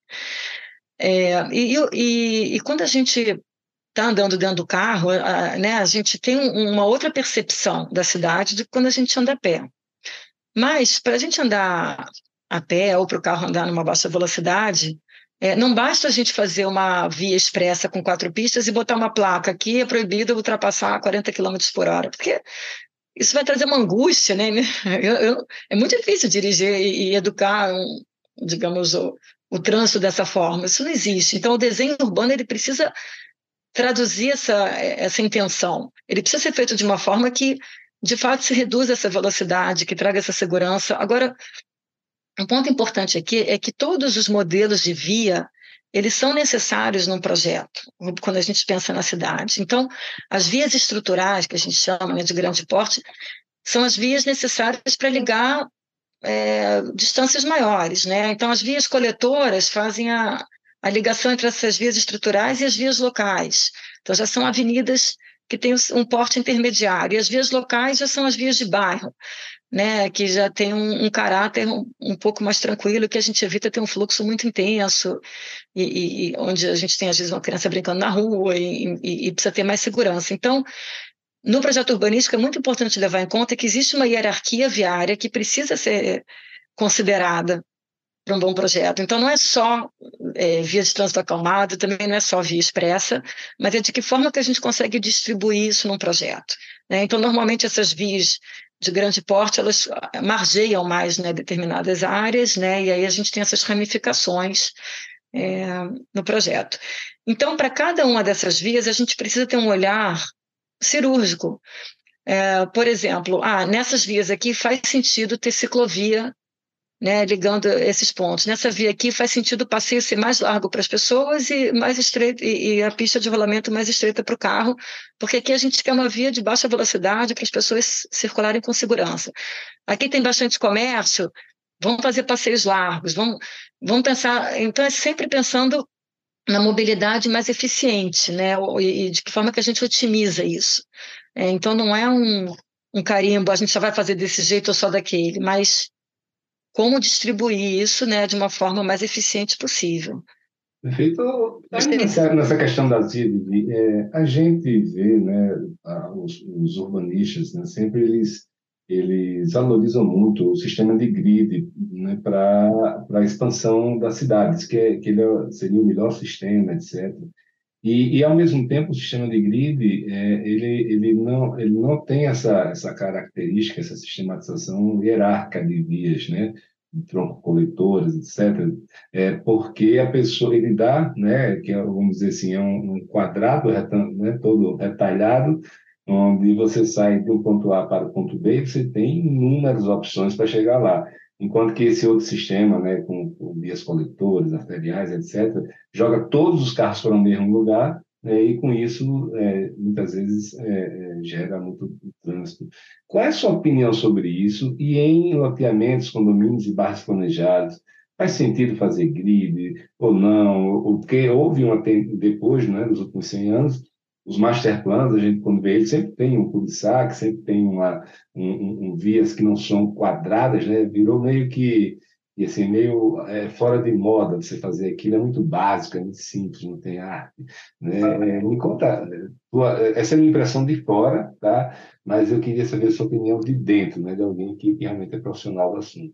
E quando a gente está andando dentro do carro, né, a gente tem uma outra percepção da cidade do que quando a gente anda a pé. Mas, para a gente andar a pé ou para o carro andar numa baixa velocidade, não basta a gente fazer uma via expressa com 4 pistas e botar uma placa aqui, é proibido ultrapassar 40 km por hora, porque isso vai trazer uma angústia, né? É muito difícil dirigir e educar, digamos, o trânsito dessa forma. Isso não existe. Então, o desenho urbano ele precisa traduzir essa intenção. Ele precisa ser feito de uma forma que, de fato, se reduza essa velocidade, que traga essa segurança. Agora, um ponto importante aqui é que todos os modelos de via, eles são necessários num projeto, quando a gente pensa na cidade. Então, as vias estruturais, que a gente chama, né, de grande porte, são as vias necessárias para ligar distâncias maiores, né? Então, as vias coletoras fazem a ligação entre essas vias estruturais e as vias locais. Então, já são avenidas que têm um porte intermediário, e as vias locais já são as vias de bairro, né, que já tem um caráter um pouco mais tranquilo, que a gente evita ter um fluxo muito intenso, e onde a gente tem, às vezes, uma criança brincando na rua, e precisa ter mais segurança. Então, no projeto urbanístico, é muito importante levar em conta que existe uma hierarquia viária que precisa ser considerada para um bom projeto. Então, não é só via de trânsito acalmado, também não é só via expressa, mas é de que forma que a gente consegue distribuir isso num projeto, né? Então, normalmente, essas vias de grande porte, elas margeiam mais, né, determinadas áreas, né, e aí a gente tem essas ramificações no projeto. Então, para cada uma dessas vias, a gente precisa ter um olhar cirúrgico. Por exemplo, nessas vias aqui faz sentido ter ciclovia, né, ligando esses pontos. Nessa via aqui faz sentido o passeio ser mais largo para as pessoas e mais estreito, e a pista de rolamento mais estreita para o carro, porque aqui a gente quer uma via de baixa velocidade para as pessoas circularem com segurança. Aqui tem bastante comércio, vamos fazer passeios largos, vamos pensar. Então, é sempre pensando na mobilidade mais eficiente, né, e de que forma que a gente otimiza isso. Então, não é um carimbo, a gente só vai fazer desse jeito ou só daquele, mas como distribuir isso, né, de uma forma mais eficiente possível. Perfeito. Aí nessa questão das vias, a gente vê, né, os urbanistas, né, sempre eles valorizam muito o sistema de grid, né, para a expansão das cidades, que ele seria o melhor sistema, etc. Ao mesmo tempo, o sistema de grid, ele não tem essa característica, essa sistematização hierárquica de vias, né? De tronco coletores, etc. Porque a pessoa, ele dá, né? Que vamos dizer assim, é um quadrado né? Todo retalhado, onde você sai de um ponto A para o ponto B, e você tem inúmeras opções para chegar lá. Enquanto que esse outro sistema, né, com vias coletoras, arteriais, etc., joga todos os carros para o mesmo lugar, né, e com isso, muitas vezes, gera muito trânsito. Qual é a sua opinião sobre isso? E em loteamentos, condomínios e bairros planejados, faz sentido fazer grid ou não? Porque houve depois, né, nos últimos 100 anos, os master plans, a gente quando vê eles, sempre tem um cul-de-sac, sempre tem vias que não são quadradas, né? Virou meio que e assim, meio fora de moda você fazer aquilo, é muito básico, é muito simples, não tem arte, né? Me conta, essa é a minha impressão de fora, tá? Mas eu queria saber a sua opinião de dentro, né? De alguém que realmente é profissional do assunto.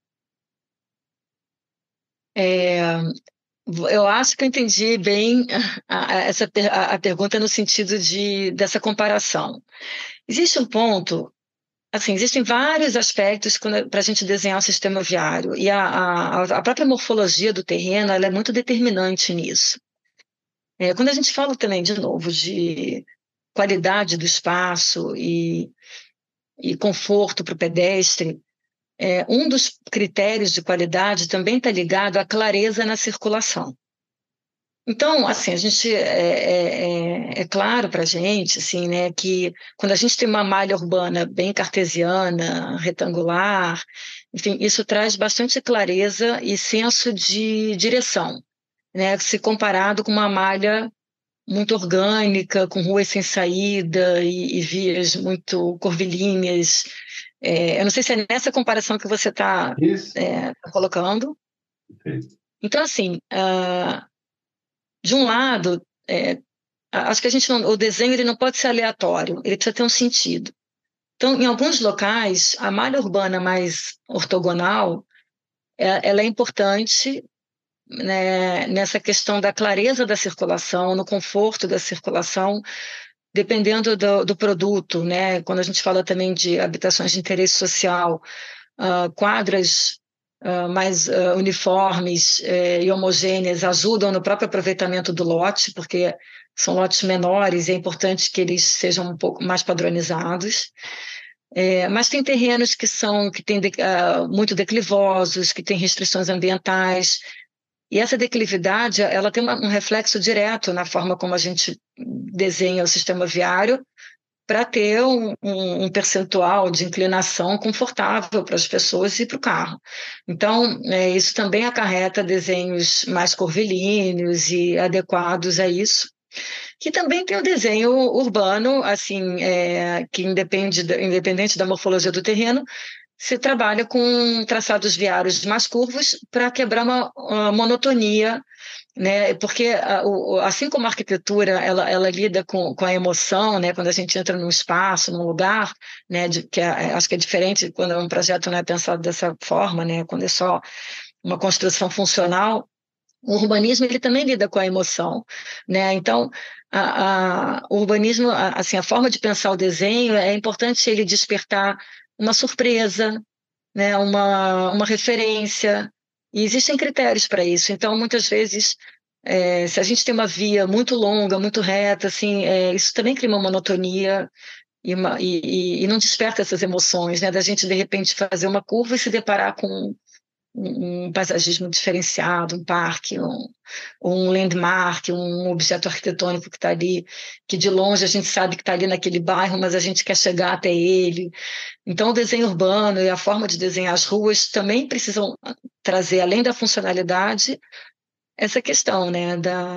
Eu acho que eu entendi bem a pergunta no sentido dessa comparação. Existe um ponto, assim, existem vários aspectos para a gente desenhar o sistema viário, e a própria morfologia do terreno, ela é muito determinante nisso. Quando a gente fala também, de novo, de qualidade do espaço e conforto para o pedestre, um dos critérios de qualidade também está ligado à clareza na circulação. Então, assim, a gente é claro para a gente, assim, né, que quando a gente tem uma malha urbana bem cartesiana, retangular, enfim, isso traz bastante clareza e senso de direção, né, se comparado com uma malha muito orgânica, com ruas sem saída e vias muito curvilíneas. Eu não sei se é nessa comparação que você está Isso. colocando. Perfeito. Então, assim, de um lado, acho que o desenho ele não pode ser aleatório, ele precisa ter um sentido. Então, em alguns locais, a malha urbana mais ortogonal, ela é importante, né, nessa questão da clareza da circulação, no conforto da circulação, dependendo do produto, né? Quando a gente fala também de habitações de interesse social, quadras mais uniformes e homogêneas ajudam no próprio aproveitamento do lote, porque são lotes menores e é importante que eles sejam um pouco mais padronizados. Mas tem terrenos que têm muito declivosos, que têm restrições ambientais, e essa declividade ela tem um reflexo direto na forma como a gente desenha o sistema viário para ter um percentual de inclinação confortável para as pessoas e para o carro. Então, isso também acarreta desenhos mais curvilíneos e adequados a isso. Que também tem o desenho urbano, assim, que independente da morfologia do terreno, se trabalha com traçados viários mais curvos para quebrar uma monotonia, né? Porque assim como a arquitetura ela lida com a emoção, né? Quando a gente entra num espaço, num lugar, né? Acho que é diferente quando um projeto não é pensado dessa forma, né? Quando é só uma construção funcional. O urbanismo ele também lida com a emoção, né? Então, o urbanismo, assim, a forma de pensar o desenho é importante ele despertar uma surpresa, né? Uma referência. E existem critérios para isso. Então, muitas vezes, se a gente tem uma via muito longa, muito reta, assim, isso também cria uma monotonia e não desperta essas emoções, né? Da gente de repente fazer uma curva e se deparar com um paisagismo diferenciado, um parque, um landmark, um objeto arquitetônico que está ali, que de longe a gente sabe que está ali naquele bairro, mas a gente quer chegar até ele. Então, o desenho urbano e a forma de desenhar as ruas também precisam trazer, além da funcionalidade, essa questão, né,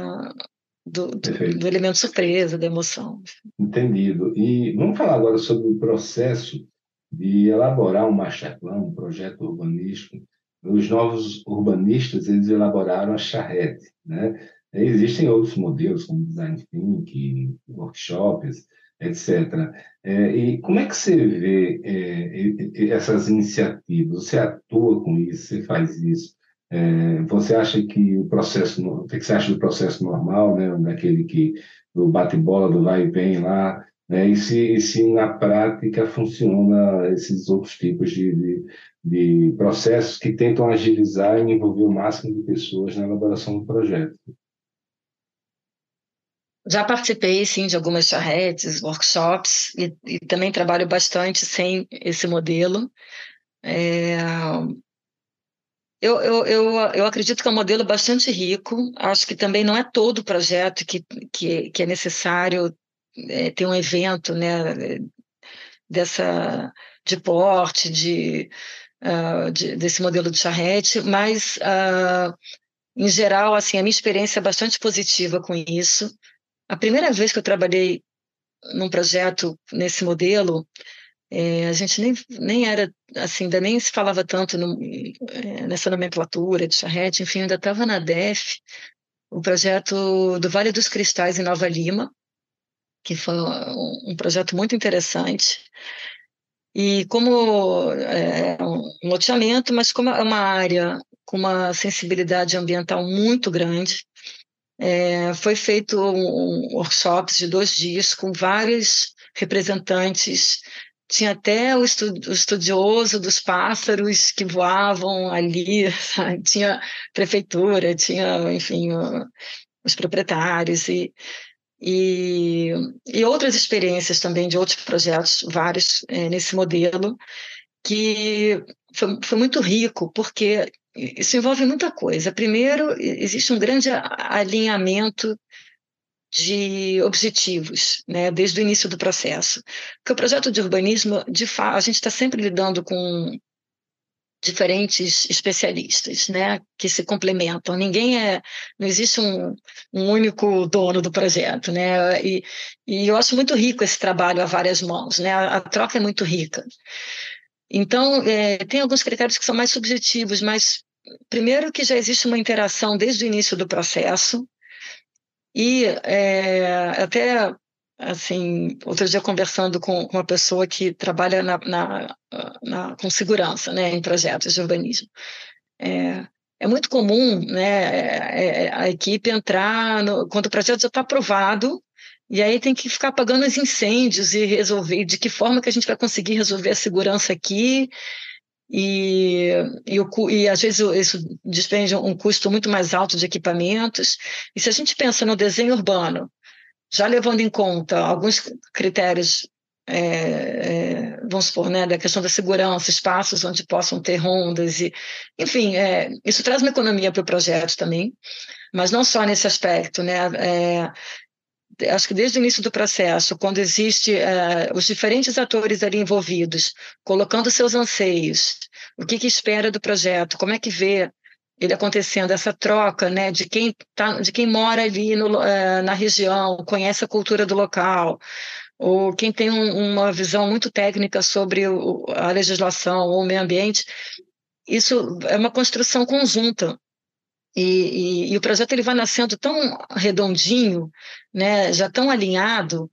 do Perfeito. elemento surpresa, da emoção. Entendido. E vamos falar agora sobre o processo de elaborar um master plan, um projeto urbanístico. Os novos urbanistas, eles elaboraram a charrete, né? Existem outros modelos, como design thinking, workshops, etc. E como é que você vê essas iniciativas? Você atua com isso? Você faz isso? Você acha que o processo, o que você acha do processo normal, né? Daquele que do bate-bola, do vai e vem lá, né? E se na prática funciona esses outros tipos de processos que tentam agilizar e envolver o máximo de pessoas na elaboração do projeto. Já participei, sim, de algumas charretes, workshops, e também trabalho bastante sem esse modelo. É, eu acredito que é um modelo bastante rico. Acho que também não é todo o projeto que é necessário ter um evento, né, de porte, desse modelo de charrete, mas, em geral, assim, a minha experiência é bastante positiva com isso. A primeira vez que eu trabalhei num projeto nesse modelo, a gente nem era, assim, ainda nem se falava tanto nessa nomenclatura de charrete, enfim, eu ainda estava na DEF, o projeto do Vale dos Cristais em Nova Lima, que foi um projeto muito interessante. E como é um loteamento, mas como é uma área com uma sensibilidade ambiental muito grande, foi feito workshops de 2 dias com vários representantes. Tinha até o estudioso dos pássaros que voavam ali, sabe? Tinha prefeitura, tinha, enfim, os proprietários e, e outras experiências também de outros projetos, vários nesse modelo, que foi muito rico, porque isso envolve muita coisa. Primeiro, existe um grande alinhamento de objetivos, né, desde o início do processo. Porque o projeto de urbanismo, de fato, a gente está sempre lidando com diferentes especialistas, né, que se complementam. Não existe um único dono do projeto, né, e eu acho muito rico esse trabalho a várias mãos, né, a troca é muito rica. Então, tem alguns critérios que são mais subjetivos, mas primeiro que já existe uma interação desde o início do processo e até assim, outro dia conversando com uma pessoa que trabalha com segurança, né, em projetos de urbanismo. É muito comum, né, a equipe entrar quando o projeto já está aprovado, e aí tem que ficar apagando os incêndios e resolver de que forma que a gente vai conseguir resolver a segurança aqui. e, e às vezes isso despende um custo muito mais alto de equipamentos. E se a gente pensa no desenho urbano, já levando em conta alguns critérios, vamos supor, né, da questão da segurança, espaços onde possam ter rondas, e, enfim, isso traz uma economia para o projeto também, mas não só nesse aspecto, né? Acho que desde o início do processo, quando existe os diferentes atores ali envolvidos, colocando seus anseios, o que espera do projeto, como é que vê ele acontecendo, essa troca, né, de quem mora ali na região, conhece a cultura do local, ou quem tem uma visão muito técnica sobre a legislação ou o meio ambiente, isso é uma construção conjunta. E o projeto ele vai nascendo tão redondinho, né, já tão alinhado,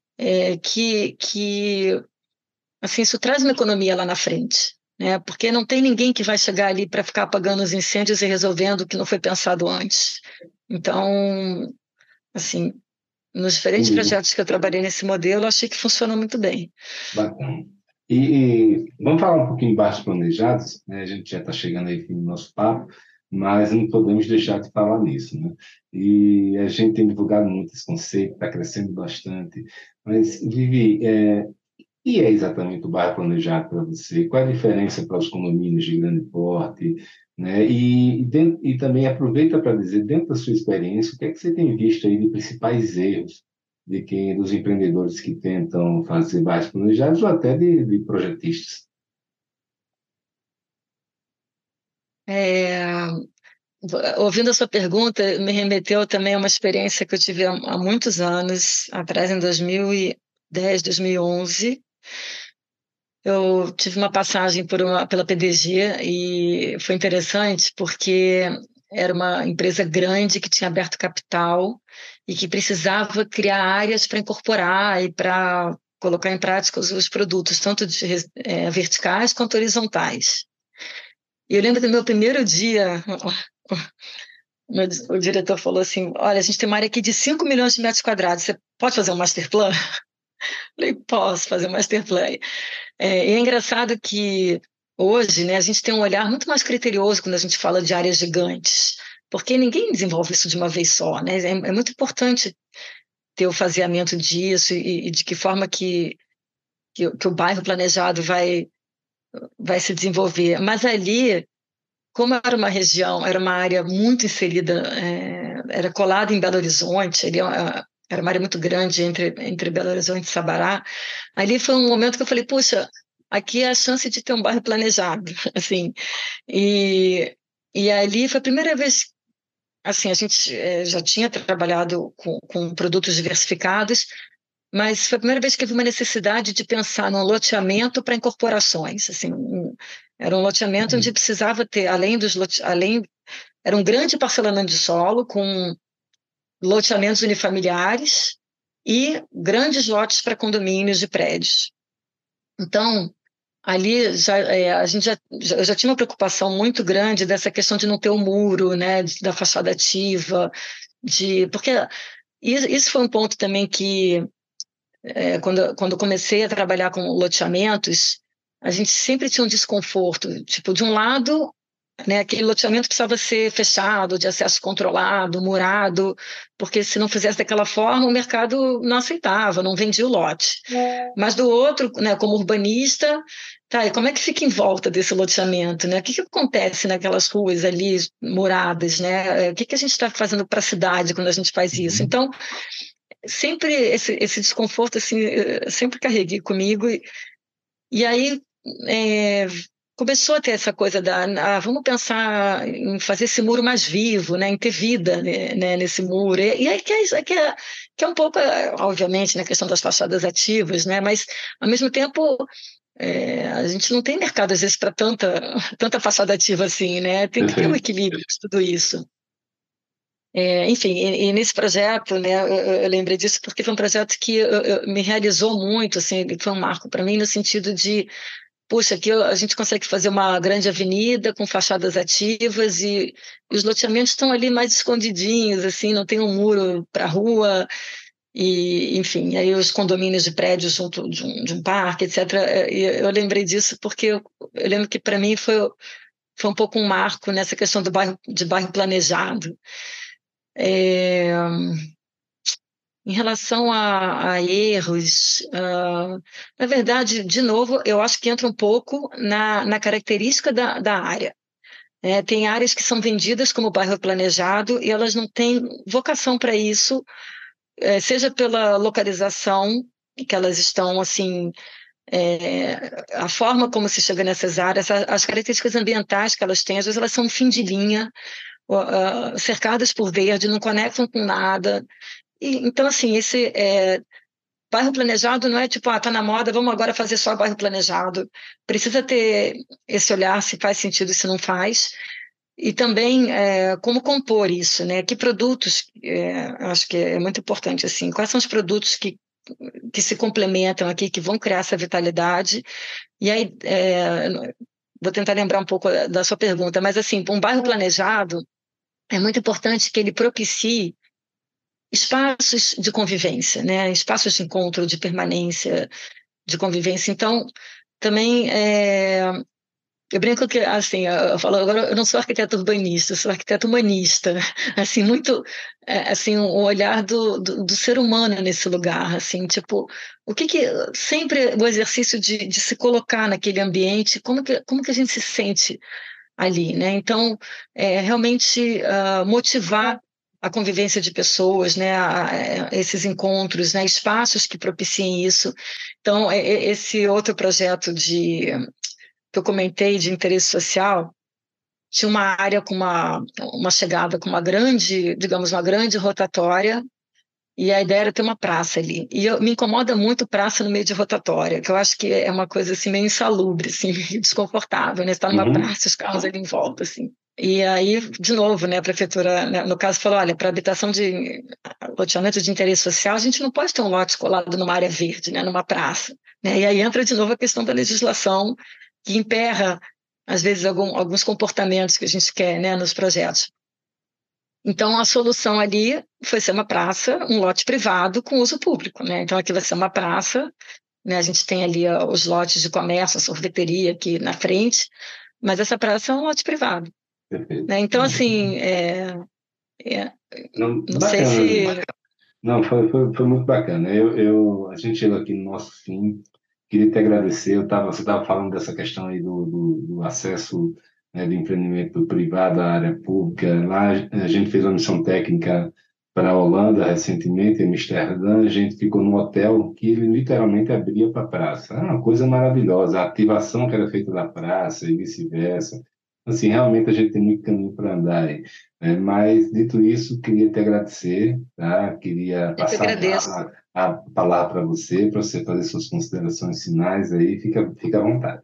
que assim, isso traz uma economia lá na frente, né, porque não tem ninguém que vai chegar ali para ficar apagando os incêndios e resolvendo o que não foi pensado antes. Então, assim, nos diferentes Entendi. projetos que eu trabalhei nesse modelo, eu achei que funcionou muito bem. Bacana. E vamos falar um pouquinho de bairros planejados, né? A gente já está chegando aí no fim do nosso papo, mas não podemos deixar de falar nisso, né? E a gente tem divulgado muito esse conceito, está crescendo bastante. Mas, Vivi, e é exatamente o bairro planejado para você? Qual é a diferença para os condomínios de grande porte? Né? E também aproveita para dizer, dentro da sua experiência, o que é que você tem visto aí de principais erros dos empreendedores que tentam fazer bairros planejados ou até de projetistas? É, ouvindo a sua pergunta, me remeteu também a uma experiência que eu tive há muitos anos atrás, em 2010, 2011. Eu tive uma passagem pela PDG e foi interessante porque era uma empresa grande que tinha aberto capital e que precisava criar áreas para incorporar e para colocar em prática os produtos, tanto verticais quanto horizontais. E eu lembro que no meu primeiro dia, o diretor falou assim: Olha, a gente tem uma área aqui de 5 milhões de metros quadrados, você pode fazer um master plan? Eu falei: Posso fazer um master plan. E é engraçado que hoje, né, a gente tem um olhar muito mais criterioso quando a gente fala de áreas gigantes, porque ninguém desenvolve isso de uma vez só, né? É muito importante ter o faseamento disso e de que forma que o bairro planejado vai se desenvolver. Mas ali, como era uma região, era uma área muito inserida, era colada em Belo Horizonte, ali era uma área muito grande entre Belo Horizonte e Sabará. Ali foi um momento que eu falei, puxa, aqui é a chance de ter um bairro planejado, assim. E, e ali foi a primeira vez, assim, a gente já tinha trabalhado com produtos diversificados, mas foi a primeira vez que eu vi uma necessidade de pensar num loteamento para incorporações, assim, era um loteamento onde precisava ter, era um grande parcelamento de solo com loteamentos unifamiliares e grandes lotes para condomínios de prédios. Então, ali eu já tinha uma preocupação muito grande dessa questão de não ter o muro, né, da fachada ativa, porque isso foi um ponto também que quando comecei a trabalhar com loteamentos, a gente sempre tinha um desconforto. Tipo, de um lado, né, aquele loteamento precisava ser fechado, de acesso controlado, murado, porque se não fizesse daquela forma, o mercado não aceitava, não vendia o lote. Mas do outro, né, como urbanista, tá, e como é que fica em volta desse loteamento, né? O que acontece naquelas ruas ali muradas, né? O que a gente está fazendo para a cidade quando a gente faz isso? Então, sempre esse desconforto, assim, eu sempre carreguei comigo. E aí começou a ter essa coisa vamos pensar em fazer esse muro mais vivo, né, em ter vida, né, nesse muro. E aí que é um pouco, obviamente, na questão das fachadas ativas, né, mas, ao mesmo tempo, a gente não tem mercado, às vezes, para tanta fachada ativa assim, né, tem que ter um Perfeito. equilíbrio de tudo isso. Enfim, e nesse projeto, né, eu lembrei disso porque foi um projeto que me realizou muito, assim, ele foi um marco para mim no sentido de, puxa, aqui a gente consegue fazer uma grande avenida com fachadas ativas e os loteamentos estão ali mais escondidinhos, assim, não tem um muro para a rua, e, enfim, aí os condomínios de prédios junto de um parque, etc. E eu lembrei disso porque eu lembro que para mim foi um pouco um marco nessa questão de bairro planejado. É, em relação a erros, na verdade, de novo, eu acho que entra um pouco na característica da área. Tem áreas que são vendidas como bairro planejado e elas não têm vocação para isso, seja pela localização, que elas estão assim, a forma como se chega nessas áreas, as características ambientais que elas têm, às vezes elas são fim de linha, cercadas por verde, não conectam com nada. Então, assim, esse bairro planejado não é tipo, tá na moda, vamos agora fazer só bairro planejado. Precisa ter esse olhar se faz sentido e se não faz. E também como compor isso, né? Que produtos, acho que é muito importante, assim, quais são os produtos que se complementam aqui, que vão criar essa vitalidade. E aí, vou tentar lembrar um pouco da sua pergunta, mas assim, um bairro planejado é muito importante que ele propicie espaços de convivência, né? Espaços de encontro, de permanência, de convivência. Então, também eu brinco que, assim, eu falo, agora eu não sou arquiteta urbanista, eu sou arquiteta humanista, assim, muito, assim, o olhar do ser humano nesse lugar, assim, tipo, o que sempre o exercício de se colocar naquele ambiente, como que a gente se sente ali, né? Então, realmente motivar a convivência de pessoas, né, esses encontros, né, espaços que propiciem isso. Então, esse outro projeto que eu comentei de interesse social tinha uma área com uma chegada com uma grande, digamos, uma grande rotatória, e a ideia era ter uma praça ali. E me incomoda muito praça no meio de rotatória, que eu acho que é uma coisa assim meio insalubre, assim, meio desconfortável, né? Você está numa Uhum. praça, os carros ali em volta, assim. E aí, de novo, né, a prefeitura, né, no caso, falou, olha, para habitação de loteamento de interesse social, a gente não pode ter um lote colado numa área verde, né, numa praça, né? E aí entra de novo a questão da legislação que emperra, às vezes, alguns comportamentos que a gente quer, né, nos projetos. Então, a solução ali foi ser uma praça, um lote privado com uso público, né? Então, aqui vai ser uma praça, né? A gente tem ali os lotes de comércio, a sorveteria aqui na frente, mas essa praça é um lote privado, Perfeito. né? Então, assim, é, Não, não sei bacana, se... Luiz. Não, foi muito bacana. A gente chegou aqui no nosso fim. Queria te agradecer. Você estava falando dessa questão aí do acesso, né, do empreendimento privado à área pública. Lá a gente fez uma missão técnica para a Holanda recentemente, em Amsterdã. A gente ficou num hotel que ele literalmente abria para a praça. Era uma coisa maravilhosa. A ativação que era feita da praça e vice-versa. Assim, realmente a gente tem muito caminho para andar aí. Mas, dito isso, queria te agradecer, tá? Queria Eu que passar agradeço. a palavra para você fazer suas considerações finais aí, fica à vontade.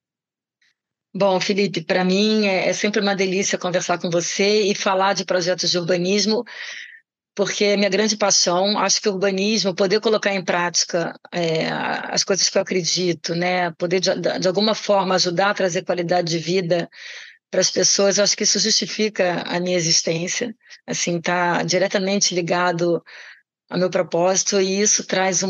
Bom, Felipe, para mim é sempre uma delícia conversar com você e falar de projetos de urbanismo, porque é minha grande paixão. Acho que o urbanismo, poder colocar em prática as coisas que eu acredito, né, poder de alguma forma ajudar a trazer qualidade de vida para as pessoas, eu acho que isso justifica a minha existência. Assim, está diretamente ligado ao meu propósito e isso traz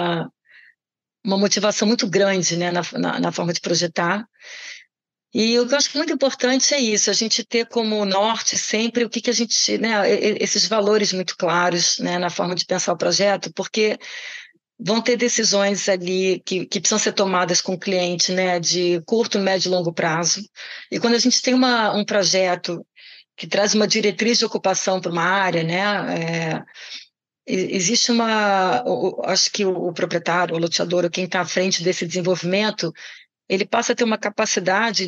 uma motivação muito grande, né, na forma de projetar. E o que eu acho muito importante é isso, a gente ter como norte sempre o que a gente, né, esses valores muito claros, né, na forma de pensar o projeto, porque vão ter decisões ali que precisam ser tomadas com o cliente, né, de curto, médio e longo prazo. E quando a gente tem um projeto que traz uma diretriz de ocupação para uma área, né, existe acho que o proprietário, o loteador, ou quem está à frente desse desenvolvimento, ele passa a ter uma capacidade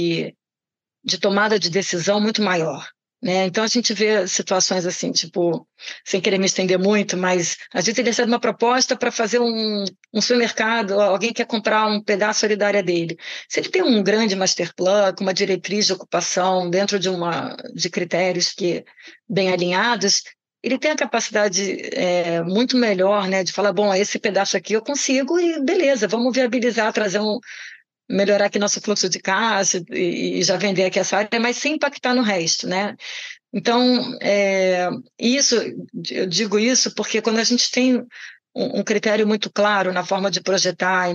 de tomada de decisão muito maior. Né? Então, a gente vê situações assim, tipo, sem querer me estender muito, mas a gente recebe uma proposta para fazer um supermercado, alguém quer comprar um pedaço ali da área dele. Se ele tem um grande master plan, com uma diretriz de ocupação, dentro de critérios bem alinhados, ele tem a capacidade muito melhor, né, de falar, bom, esse pedaço aqui eu consigo e beleza, vamos viabilizar, trazer melhorar aqui nosso fluxo de caixa e já vender aqui essa área, mas sem impactar no resto, né? Então, isso, eu digo isso porque quando a gente tem um critério muito claro na forma de projetar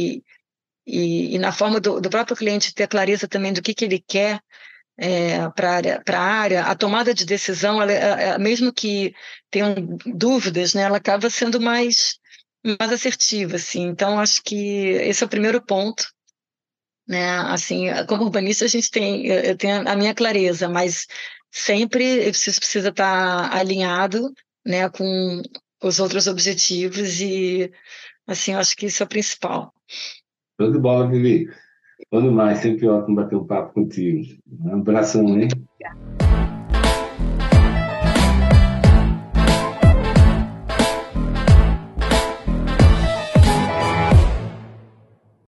e na forma do próprio cliente ter clareza também do que ele quer para a área, a tomada de decisão, mesmo que tenham dúvidas, né, ela acaba sendo mais assertiva, assim. Então, acho que esse é o primeiro ponto, né? Assim, como urbanista, eu tenho a minha clareza, mas sempre isso precisa estar alinhado, né, com os outros objetivos e, assim, eu acho que isso é o principal. Show de bola, Vivi. Quando mais, sempre ótimo bater um papo contigo. Um abração, hein?